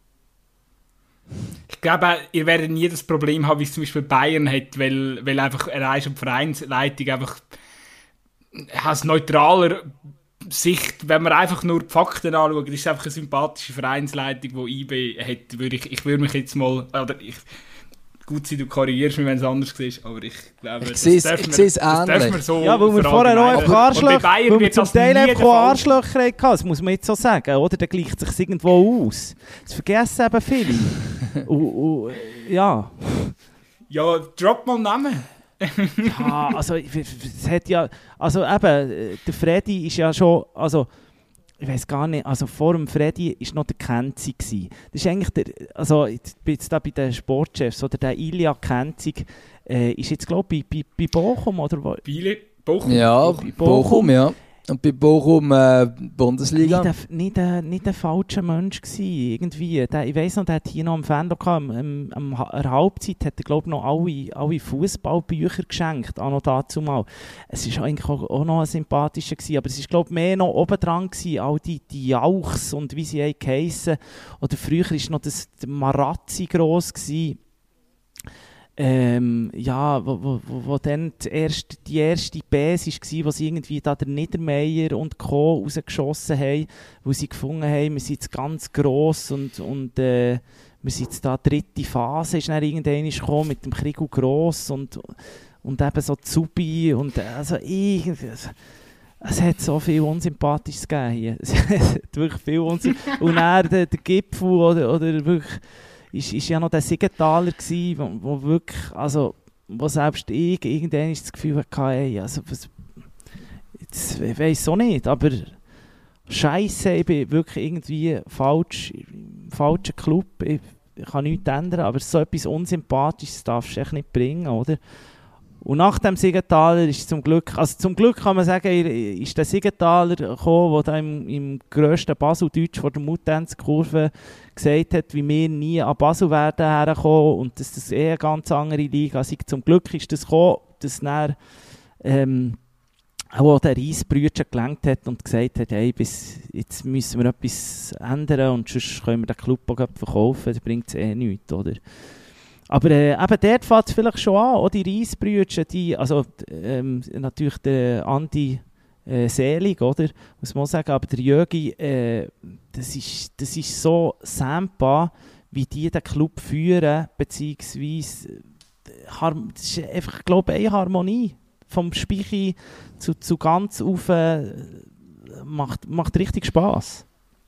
Ich glaube, ihr werdet nie das Problem haben, wie es zum Beispiel Bayern hat, weil, weil einfach eine Vereinsleitung einfach als neutraler Sicht, wenn man einfach nur die Fakten anschaut, ist es einfach eine sympathische Vereinsleitung, die I B hat. Würde ich, ich würde mich jetzt mal, oder ich, gut sein, du korrigierst mich, wenn es anders ist, aber ich glaube, ich sehe es ähnlich. So ja, weil wir vorher auch einfach Arschlöcher, weil wir zum Teil einfach Arschlöcher hatten, das muss man jetzt so sagen, oder? Dann gleicht es sich irgendwo aus. Das vergessen eben viele. und, und, ja. Ja, drop mal Namen. Ja, also es hat ja, also eben, der Freddy ist ja schon, also ich weiß gar nicht, also vor dem Freddy war noch der Kenzig gsi. Das ist eigentlich der, also ich bin jetzt da bei den Sportchefs, oder der Ilya Kenzig, äh, ist jetzt glaube ich bei, bei, bei Bochum, oder wo? Biele, Bochum? Ja, bei Bochum, Bochum, ja. Und bei Bochum äh, Bundesliga. Nicht ein, nicht ein, nicht ein falscher Mensch gsi, irgendwie. Der, ich weiss noch, der hat hier noch am Fan am, am, am der Halbzeit hat er, glaube ich, noch alle, alle Fußballbücher geschenkt, auch noch dazu mal. Es war eigentlich auch, auch noch ein sympathischer gsi, aber es war, glaube ich, mehr noch obendran gsi, all die, die Jauchs und wie sie geheissen. Oder früher war noch das Marazzi gross gsi. Ähm, ja, wo, wo, wo dann die erste, die erste Basis war, wo sie irgendwie da der Niedermeyer und Co. rausgeschossen haben, wo sie gefunden haben, wir sind jetzt ganz gross und, und äh, wir sind jetzt da, die dritte Phase ist dann irgendwann gekommen mit dem Krieg und Gross und, und eben so Zubi und also irgendwie... Es hat so viel Unsympathisches gegeben hier. Es hat wirklich viel Unsympathisches. Und dann der, der Gipfel oder, oder wirklich... Ist, ist ja noch der Siegenthaler gsi, wo, wo wirklich, also, wo selbst ich irgendwann das Gefühl hatte, ey, also, was, jetzt, ich weiss auch nicht, aber Scheisse, ich bin wirklich irgendwie falsch, im falschen Club, ich, ich kann nichts ändern, aber so etwas Unsympathisches darfst du echt nicht bringen, oder? Und nach dem Siegenthaler ist zum Glück, also zum Glück kann man sagen, ist der Siegenthaler gekommen, der im, im grössten Basel-Deutsch vor der Mutanz-Kurve gesagt hat, wie wir nie an Basel werden herkommen und dass das eh eine ganz andere Liga ist. Also zum Glück ist das gekommen, dass dann ähm, auch der Reissbrüder gelenkt hat und gesagt hat, hey, bis jetzt müssen wir etwas ändern und sonst können wir den Club auch verkaufen, das bringt es eh nichts, oder? Aber äh, eben dort fängt es vielleicht schon an, auch die Reissbrüder, die, also ähm, natürlich der Andi äh, Selig, oder? Muss man sagen, aber der Jögi, äh, das, ist, das ist so Sampa, wie die den Club führen, beziehungsweise äh, das ist einfach, ich glaube, eine Harmonie. Vom Speichi zu, zu ganz auf äh, macht, macht richtig Spass.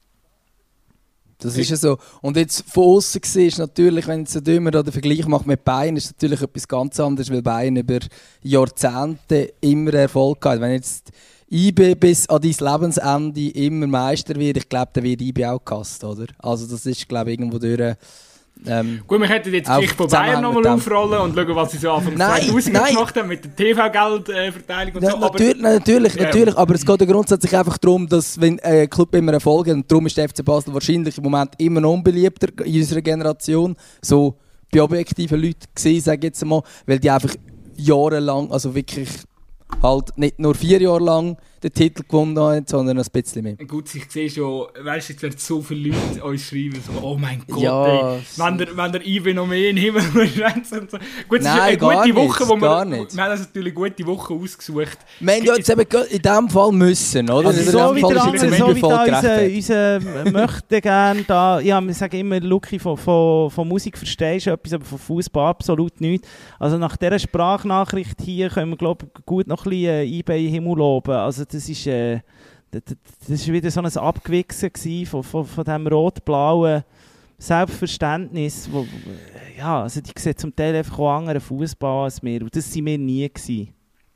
Das ist ja so. Und jetzt von außen gesehen ist natürlich, wenn jetzt immer den Vergleich macht mit Bayern, ist natürlich etwas ganz anderes, weil Bayern über Jahrzehnte immer Erfolg hat. Wenn jetzt I B bis an dein Lebensende immer Meister wird, ich glaube, dann wird I B auch gehasst, oder? Also das ist, glaube ich, irgendwo durch... Ähm, Gut, wir könnten jetzt gleich von Bayern nochmal aufrollen und schauen, was sie so Anfang zweitausend gemacht haben mit der T V-Geldverteilung und ja, so. Natürlich, aber, natürlich, ja. natürlich, aber es geht ja grundsätzlich einfach darum, dass wenn ein äh, Club immer Erfolg hat, und darum ist der F C Basel wahrscheinlich im Moment immer noch unbeliebter in unserer Generation, so bei objektiven Leuten gesehen, sage ich jetzt mal, weil die einfach jahrelang, also wirklich halt nicht nur vier Jahre lang den Titel gewonnen haben, sondern ein bisschen mehr. Gut, ich sehe schon, weißt du, jetzt werden so viele Leute uns schreiben, so, oh mein Gott, ja, ey, wenn der, wenn der I B noch mehr in den Himmel schwänzt und so. Gut, es Nein, ist eine gute Woche, nicht, wo wir, gar nicht. wir haben also natürlich eine gute Woche ausgesucht. Wir haben ja jetzt eben in diesem Fall müssen, oder? Also so wie der andere, so wie da unser, unser möchte gerne da, ja, wir sagen immer, Luki, von, von, von Musik verstehst du etwas, aber von Fußball absolut nichts. Also nach dieser Sprachnachricht hier können wir, glaube ich, gut noch ein bisschen I B in Himmel loben. Also das ist, äh, das, das war wieder so ein Abgewichsen von, von, von diesem rot-blauen Selbstverständnis. Wo, ja, also die sehen zum Teil einfach auch anderen Fußball als wir. Und das waren wir nie gewesen.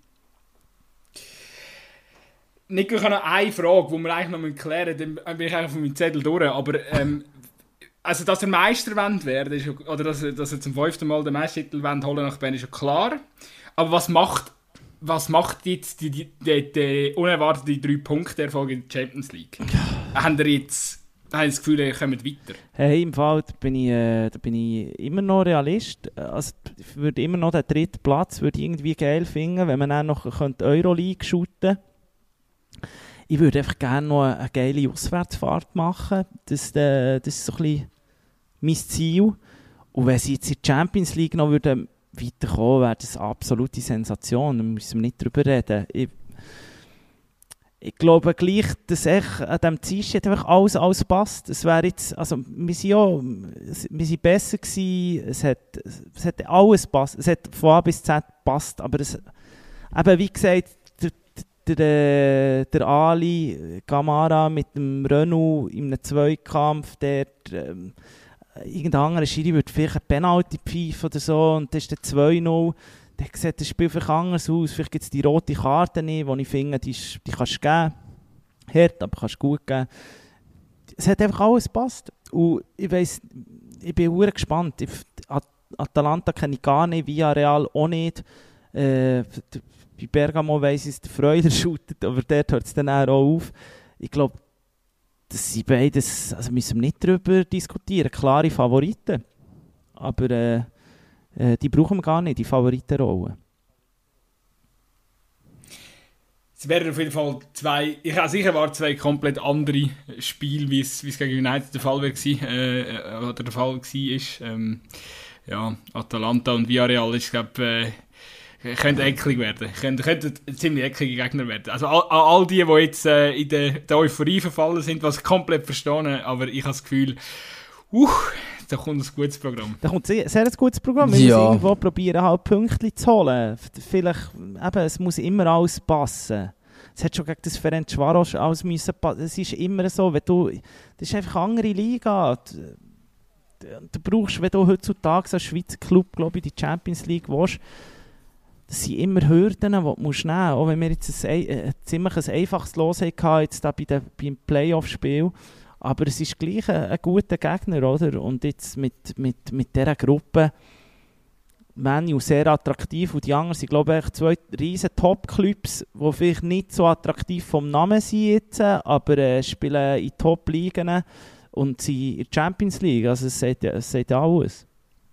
Nico, ich habe noch eine Frage, die wir eigentlich noch klären müssen. Dann bin ich eigentlich von meinem Zettel durch. Aber ähm, also, dass er Meister werden ist, oder dass er, dass er zum fünften Mal den Meistertitel holen nach Bern, ist ja klar. Aber was macht, was macht jetzt die, die, die, die unerwartete drei Punkte Erfolg in der Champions League? Haben ihr jetzt haben das Gefühl, ihr kommt weiter? Hey, im Fall da bin, ich, äh, da bin ich immer noch Realist. Also, ich würde immer noch den dritten Platz würde ich irgendwie geil finden, wenn man dann noch Euroleague shooten könnte. Ich würde einfach gerne noch eine geile Auswärtsfahrt machen. Das, äh, das ist so ein bisschen mein Ziel. Und wenn sie jetzt in der Champions League noch würden weiterkommen, wäre das eine absolute Sensation. Da müssen wir nicht drüber reden. Ich, ich glaube gleich, dass echt an diesem Dienstag einfach alles, alles passt. Es wäre jetzt, also wir sind ja, wir sind besser gewesen. Es hat, es hat alles passt. Es hat von A bis Z passt. Aber es, eben wie gesagt, Der, der Ali Camara mit dem Renault in einem Zweikampf, der ähm, irgendein anderer Schiri würde vielleicht eine Penalty pfeifen oder so und das ist der zwei null. Dann sieht das Spiel vielleicht anders aus. Vielleicht gibt es die rote Karte nicht, die ich finde, die, ist, die kannst du geben. Hart, aber kannst du gut geben. Es hat einfach alles gepasst. Und ich weiss, ich bin sehr gespannt. Ich, Atalanta kenne ich gar nicht, Villarreal auch nicht. Äh, Bei Bergamo weiss ich, der Freuler shootet, aber dort hört es dann auch auf. Ich glaube, das sind beides, also müssen wir nicht darüber diskutieren. Klare Favoriten. Aber äh, äh, die brauchen wir gar nicht, die Favoritenrolle. Es wären auf jeden Fall zwei, ich habe sicher war zwei komplett andere Spiele, wie es, wie es gegen United der Fall war, äh, oder der Fall war. Ähm, ja, Atalanta und Villarreal ist, glaube ich, könnte eklig werden. Könnte, könnte ein ziemlich ekliger Gegner werden. Also all, all die, die jetzt äh, in der, der Euphorie verfallen sind, was ich komplett verstehe, aber ich habe das Gefühl, uh, da kommt ein gutes Programm. Da kommt ein sehr, sehr gutes Programm. Wir ja. müssen irgendwo probieren, halt Pünktchen zu holen. Vielleicht, eben, es muss immer alles passen. Es hat schon gegen das Ferencvaros alles müssen passen. Es ist immer so, wenn du, das ist einfach eine andere Liga. Du, du brauchst, wenn du heutzutage als Schweizer Club, glaube ich, die Champions League willst, das sind immer Hürden, die du musst nehmen musst. Auch wenn wir jetzt ein, äh, ziemlich ein einfaches Los hatten, jetzt da bei den, beim Playoff-Spiel. Aber es ist gleich ein, ein guter Gegner, oder? Und jetzt mit, mit, mit dieser Gruppe, Manu sehr attraktiv und die anderen sind, glaube ich, zwei riesen Top-Clubs, die vielleicht nicht so attraktiv vom Namen sind jetzt, aber äh, spielen in Top-Ligen und sind in der Champions League. Also es sagt, es sagt alles.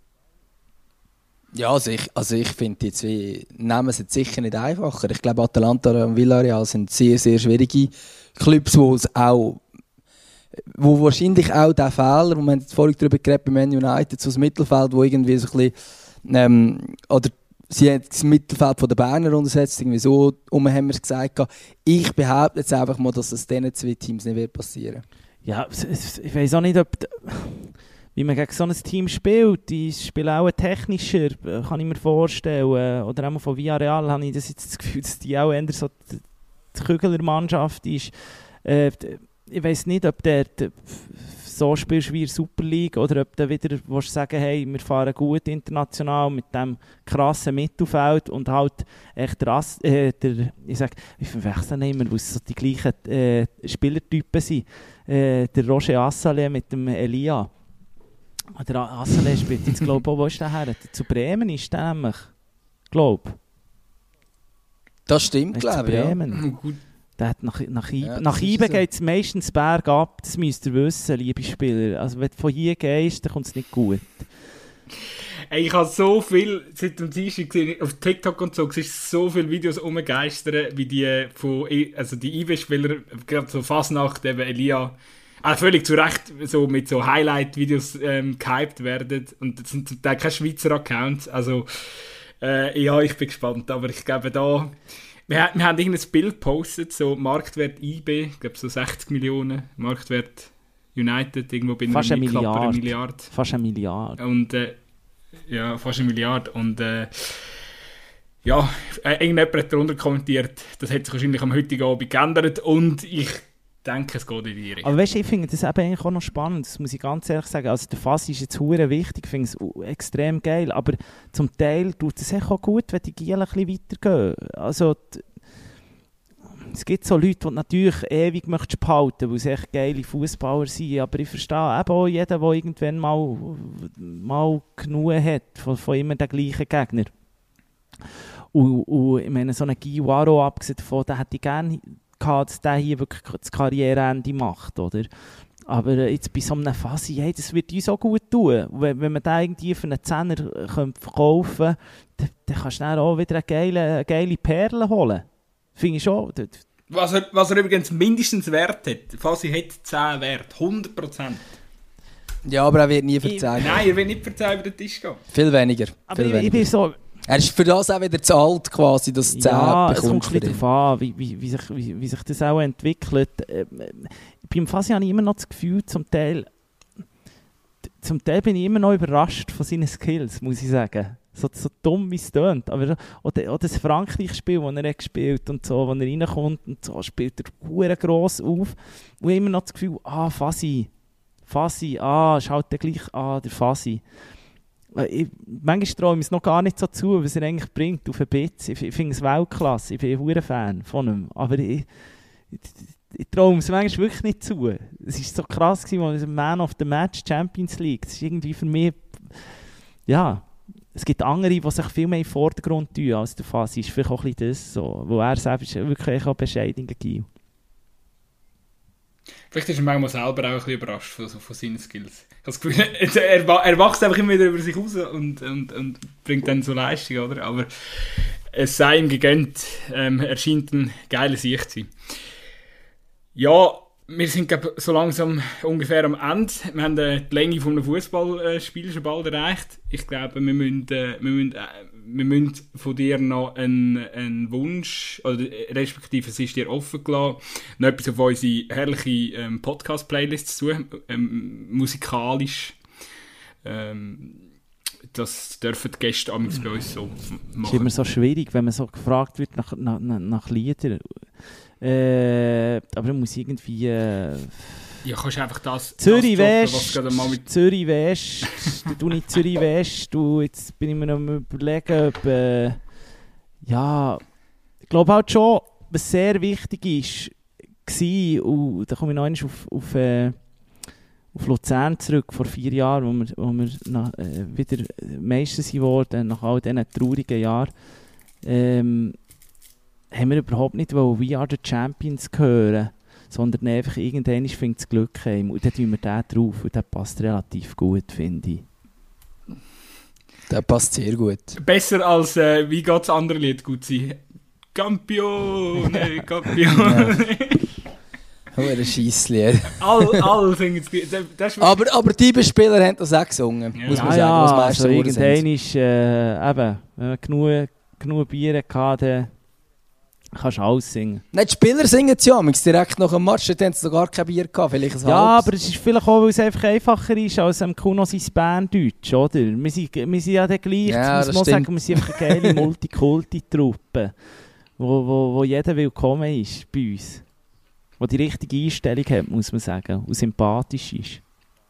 Ja, also ich, also ich finde, die zwei Namen sind sicher nicht einfacher. Ich glaube, Atalanta und Villarreal sind sehr, sehr schwierige Clubs, wo es auch wo wahrscheinlich auch der Fehler, wo wir vorhin darüber geredet bei Man United, so das Mittelfeld, wo irgendwie so ein bisschen, ähm, oder sie haben das Mittelfeld von den Berner untersetzt, irgendwie so um haben wir es gesagt. Ich behaupte jetzt einfach mal, dass es diesen zwei Teams nicht wird passieren. Ja, ich weiß auch nicht, ob wie man gegen so ein Team spielt. Die spielen auch technischer, kann ich mir vorstellen. Oder auch von Villarreal habe ich das, jetzt das Gefühl, dass die auch eher so die, die Kügler-Mannschaft ist. Äh, ich weiß nicht, ob der, der so spielst wie in der Super League oder ob du wieder willst sagen, hey, wir fahren gut international mit dem krassen Mittelfeld und halt echt der, äh, der ich sag, ich verwechsel nicht mehr, weil es so die gleichen äh, Spielertypen sind. Äh, der Roger Assalé mit dem Elia. Der Assalé spielt jetzt, glaube ich, wo ist der her? Zu Bremen ist der nämlich, glaube ich. Das stimmt, glaube ich, ja. Gut. Der hat nach nach I B, ja, nach I B so. Geht es meistens bergab, das müsst ihr wissen, liebe Spieler. Also wenn du von hier gehst, dann kommt es nicht gut. Ey, ich habe so viel, seit dem Dienstag gesehen, auf TikTok und so, siehst so viele Videos rumgeistern, wie die von, also die I B-Spieler, gerade so Fasnacht, eben Elia, auch völlig zu Recht so mit so Highlight-Videos ähm, gehypt werden. Und das sind zum Teil keine Schweizer Accounts. Also, äh, ja, ich bin gespannt, aber ich glaube da... Wir, wir haben irgendein Bild gepostet, so Marktwert I B, ich glaube so sechzig Millionen, Marktwert United, irgendwo bei einer Milliarde. Milliarde. Fast eine Milliarde. Und, äh, ja, fast eine Milliarde. Und äh, ja, äh, irgendjemand hat darunter kommentiert, das hat sich wahrscheinlich am heutigen Abend geändert und ich denke, es geht in die Richtung. Aber weißt du, ich finde das eben eigentlich auch noch spannend, das muss ich ganz ehrlich sagen. Also der Fass ist jetzt hure wichtig, ich finde es extrem geil, aber zum Teil tut es auch gut, wenn die Gielen ein bisschen weitergehen. Also die, es gibt so Leute, die natürlich ewig möchtest behalten, weil sie echt geile Fußballer sind, aber ich verstehe eben auch jeden, der irgendwann mal, mal genug hat von, von immer den gleichen Gegner. Und, und ich meine, so einen Guiaro, abgesehen davon, den hätte ich gerne gehabt, dass der hier wirklich das Karriereende macht, oder? Aber jetzt bei so einem Fassi, hey, das wird uns auch gut tun. Wenn, wenn man den irgendwie für einen Zehner verkaufen könnte, dann, dann kannst du dann auch wieder eine geile, eine geile Perle holen. Finde ich schon. Was er, was er übrigens mindestens Wert hat. Fassi hat zehn Wert, hundert Prozent. Ja, aber er wird nie verzeihen. Nein, er wird nicht verzeihen über den Tisch gehen. Viel weniger. Aber viel ich, weniger. ich bin so... Er ist für das auch wieder zu alt, quasi, dass du zehn ja, bekommst. Ja, es kommt darauf an, wie, wie, wie, sich, wie, wie sich das auch entwickelt. Ähm, beim Fassi habe ich immer noch das Gefühl, zum Teil, zum Teil bin ich immer noch überrascht von seinen Skills, muss ich sagen. So, so dumm wie es tönt. Aber auch das Frankreich-Spiel, das er gespielt und so, wo er reinkommt und so, spielt er verdammt gross auf. Und immer noch das Gefühl, ah, Fassi, Fassi, ah, ist halt der gleich, ah, der Fassi. Ich, manchmal traue ich es noch gar nicht so zu, was er eigentlich bringt auf den Bitz. Ich, ich finde es Weltklasse, ich bin ein Fan von ihm. Aber ich, ich, ich traue es manchmal wirklich nicht zu. Es war so krass, als Man of the Match Champions League. Das ist irgendwie für mich... Ja, es gibt andere, die sich viel mehr im Vordergrund tun als der Fassi. Ist vielleicht auch ein bisschen das so. Wo er selbst wirklich auch bescheiden gibt. Vielleicht ist er manchmal selber auch ein bisschen überrascht von, von seinen Skills. Ich habe das Gefühl, er, er wächst einfach immer wieder über sich raus und, und, und bringt dann so Leistung, oder? Aber es sei ihm gegönnt, ähm, er scheint ein geiler Sieg zu sein. Ja, wir sind glaub, so langsam ungefähr am Ende. Wir haben äh, die Länge von einem Fußballspiel schon bald erreicht. Ich glaube, wir müssen, äh, wir müssen, äh, wir müssen von dir noch einen, einen Wunsch, oder respektive es ist dir offen gelassen, noch etwas auf unsere herrliche ähm, Podcast-Playlist zu tun, ähm, musikalisch. Ähm, das dürfen die Gäste bei uns so machen. Es ist immer so schwierig, wenn man so gefragt wird nach, nach, nach Liedern. Äh, aber man muss irgendwie... Äh, ja, kannst einfach das... Zürich das West, mit Zürich West, du nicht Zürich West, du, jetzt bin ich mir am überlegen, ob... Äh, ja, ich glaube halt schon, was sehr wichtig ist, war, und da komme ich noch einmal auf, auf, äh, auf Luzern zurück, vor vier Jahren, wo wir, wo wir nach, äh, wieder Meister geworden, nach all diesen traurigen Jahren, ähm, haben wir überhaupt nicht wollen, «We are the Champions» hören, sondern einfach irgendwann findet das Glück heim. Und dann tun wir den drauf und der passt relativ gut, finde ich. Der passt sehr gut. Besser als, äh, wie geht das andere Lied gut sein? Campione, Campione. Oh, ein Scheisslied. Alle all singen es. Aber, aber die Spieler haben das auch gesungen, ja. muss man ja, sagen. Ja, was also irgendwann sind. ist, äh, eben, wenn man genug, genug Bier hatte, dann kannst du alles singen. Nein, die Spieler singen es ja, direkt nach dem Match, dann haben sie gar kein Bier gehabt, vielleicht ein Ja, halbes. aber es ist vielleicht auch, weil es einfach einfacher ist als am Kuno sein Berndeutsch, oder? Wir sind, wir sind ja dann gleich, Ja, muss man stimmt. sagen, wir sind einfach eine geile Multikulti-Truppe, wo, wo, wo jeder willkommen ist bei uns. Wo die richtige Einstellung hat, muss man sagen, und sympathisch ist.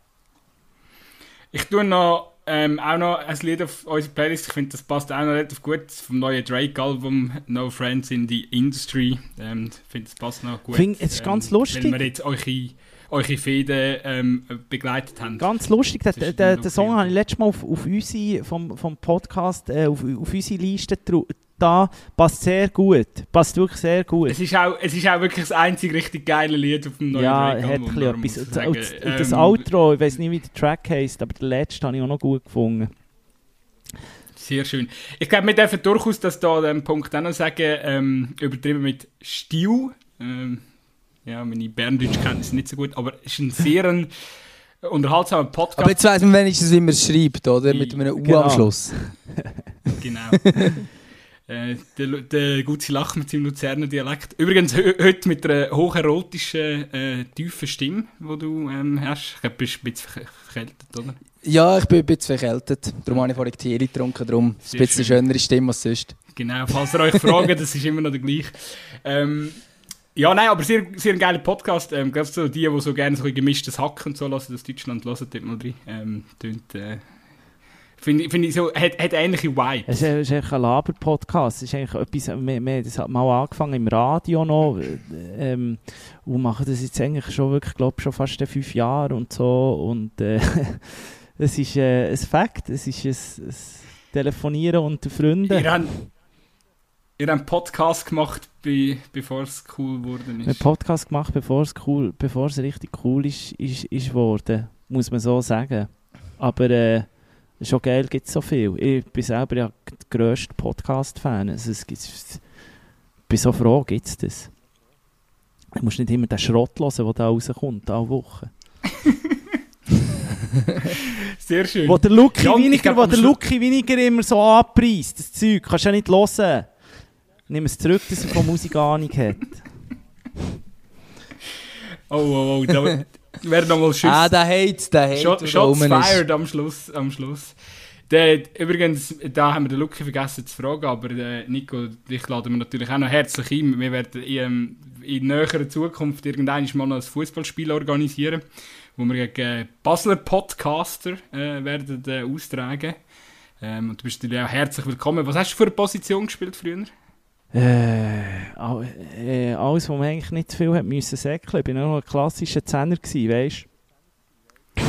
Ich tue noch, ähm, auch noch ein Lied auf unsere Playlist. Ich finde, das passt auch noch relativ gut vom neuen Drake-Album «No Friends in the Industry». Ähm, ich finde, das passt noch gut. Ich finde, es ist ähm, ganz lustig. Weil wir jetzt eure, eure Fäden ähm, begleitet haben. Ganz lustig, den, den, den, den Song okay. habe ich letztes Mal auf, auf unsere, vom, vom Podcast äh, auf, auf unsere Liste tru- da. Passt sehr gut. Passt wirklich sehr gut. Es ist auch, es ist auch wirklich das einzige richtig geile Lied auf dem neuen Ja, hat Drake-Album. ein darum bisschen muss ich etwas. Und sagen. das, und das Ähm, Outro, ich weiß nicht, wie der Track heisst, aber der letzte habe ich auch noch gut gefunden. Sehr schön. Ich glaube, wir dürfen durchaus das da den Punkt auch noch sagen, ähm, übertrieben mit Stil. Ähm, ja, meine Berndeutsch-Kenntnisse sind nicht so gut, aber es ist ein sehr ein unterhaltsamer Podcast. Aber jetzt weiss man wenigstens, wie man es schreibt, oder? Mit einem U Genau. am Schluss. Genau. äh, der, der Gutzi lacht mit seinem Luzerner Dialekt. Übrigens he- heute mit einer hocherotischen, äh, tiefen Stimme, die du ähm, hast. Ich glaube, du bist ein bisschen ver- verkältet, oder? Ja, ich bin ein bisschen verkältet. Darum habe ich vorhin Tee getrunken. Darum ist Sehr ein bisschen schön. schönere Stimme als sonst. Genau, falls ihr euch fragt, das ist immer noch der gleiche. Ähm, ja, nein, aber sehr, sehr ein geiler Podcast. Ähm, Gerade so die, die so gerne so ein gemischtes Hack und so hören, das Deutschland hören, dort mal rein. Ähm, tönt, äh, Finde find ich so, hat, hat ähnliche Vibes. Es ist, es ist eigentlich ein Laber-Podcast. Es ist eigentlich etwas, wir, wir haben das mal angefangen im Radio noch ähm, und machen das jetzt eigentlich schon wirklich, glaube schon fast fünf Jahre und so. Und äh, es ist äh, ein Fakt, es ist ein, ein Telefonieren unter Freunden. Ihr habt, ihr habt einen Podcast gemacht, be, bevor es cool geworden Wir haben einen ist. Podcast gemacht, bevor es, cool, bevor es richtig cool ist, ist, ist worden, muss man so sagen. Aber äh, schon geil gibt es so viel. Ich bin selber ja der grösste Podcast-Fan. Also es gibt, ich bin so froh, gibt es das. Du musst nicht immer den Schrott hören, der da rauskommt, alle Wochen. Sehr schön. Wo der Lucky Ja, und ich Winiger, glaub, wo am der Schlu- Lucky Winiger immer so anpreist, das Zeug, kannst du ja nicht hören. Nimm es zurück, dass er von Musik Ahnung hat. Oh, oh, oh, da wäre nochmal Schuss. Ah, der Hate, der Hate, Shot, der Shots oben ist. fired am Schluss. Am Schluss. Der, übrigens, da haben wir den Lucky vergessen zu fragen, aber der Nico, dich laden wir natürlich auch noch herzlich ein. Wir werden in, in näherer Zukunft irgendwann mal noch ein Fußballspiel organisieren, wo wir gegen Basler Podcaster äh, werden äh, austragen. Ähm, und du bist natürlich auch herzlich willkommen. Was hast du für eine Position gespielt früher? Äh, all, äh, alles, was man eigentlich nicht zu viel hat müssen säckeln. Ich war noch ein klassischer Zehner, weißt du?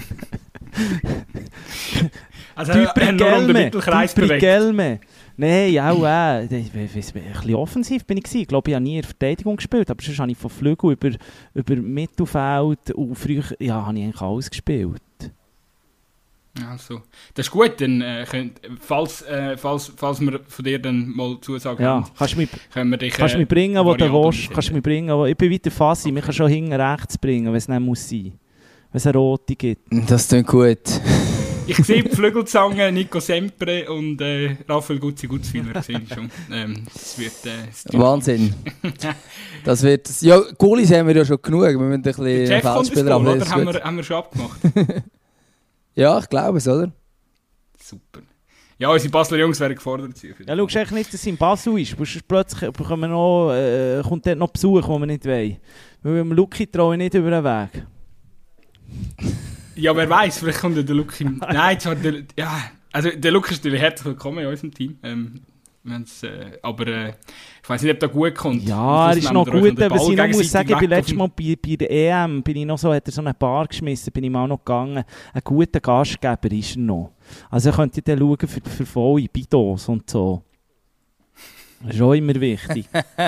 Also, Typer nur um den Gelme, Mittelkreis Typer bewegt. Gelme. Nein, auch äh, ich- ich- ich- ein bisschen offensiv bin ich gewesen. Ich glaube, ich habe nie in der Verteidigung gespielt, aber sonst habe ich von Flügel über, über Mittelfeld und früher ja, habe ich eigentlich alles gespielt. Also, das ist gut, dann äh, könnt, falls, äh, falls, falls wir von dir dann mal Zusagen Ja, haben, kannst du mich, können wir dich kannst du äh, mich bringen, wo du Varianten willst. organisieren. Kannst du mich bringen, wo, ich bin weiter Fassi, okay. Ich kann schon hinten rechts bringen, wenn es nicht muss sein. Wenn es eine rote gibt. Das klingt gut. Ich sehe die Flügelzange, Nico Sempre und äh, Raphael Gutzi Gutzwiller sehe ich schon. Ähm, das wird, äh, das wird Wahnsinn. Das wird, ja, Goalies haben wir ja schon genug. Wir müssen ein bisschen Der Chef kommt ins Feldspieler Goal, haben. oder? Das ist Haben gut. wir, haben wir schon abgemacht. Ja, ich glaube es, oder? Super. Ja, unsere Basler Jungs werden gefordert. Sein. Ja, schau eigentlich nicht, dass es in Basel ist. Sonst plötzlich bekommen wir noch, äh, kommt dort noch Besuch, den wir nicht wollen. Weil dem Lucky traue ich nicht über den Weg. Ja, wer weiß, vielleicht kommt ja der Lucky. Nein, zwar der, ja, also der Lucky ist natürlich herzlich willkommen in unserem Team. Ähm, Wenn's, äh, aber äh, ich weiß nicht, ob der gut kommt. Ja, er ist noch gut, was ich noch muss sagen, ich bin letztes Mal bei, bei der E M, bin ich noch so, hat er so eine Bar geschmissen, bin ich mal noch gegangen. Ein guter Gastgeber ist er noch. Also könnt ihr dann schauen für, für volle Bidos und so. Das ist auch immer wichtig.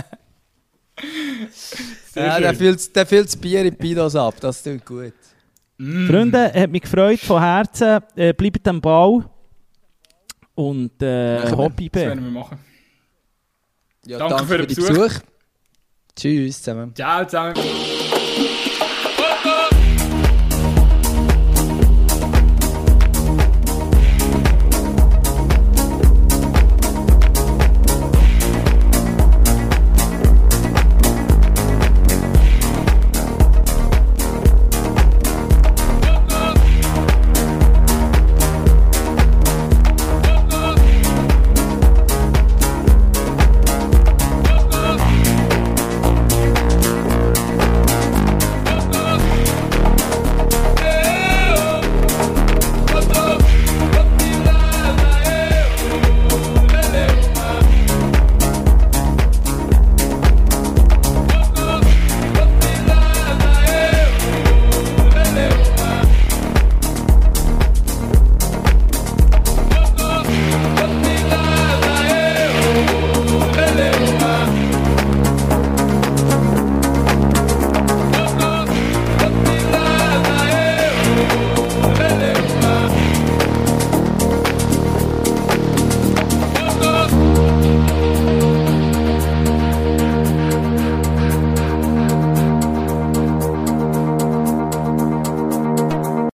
Ja, der füllt, der füllt das Bier in Bidos ab, das tut gut. Mm. Freunde, hat mich gefreut von Herzen. Äh, bleibt am Ball. Und äh, Hobby Das werden wir machen. Ja, danke, danke für den für Besuch. Besuch. Tschüss zusammen. Ciao zusammen.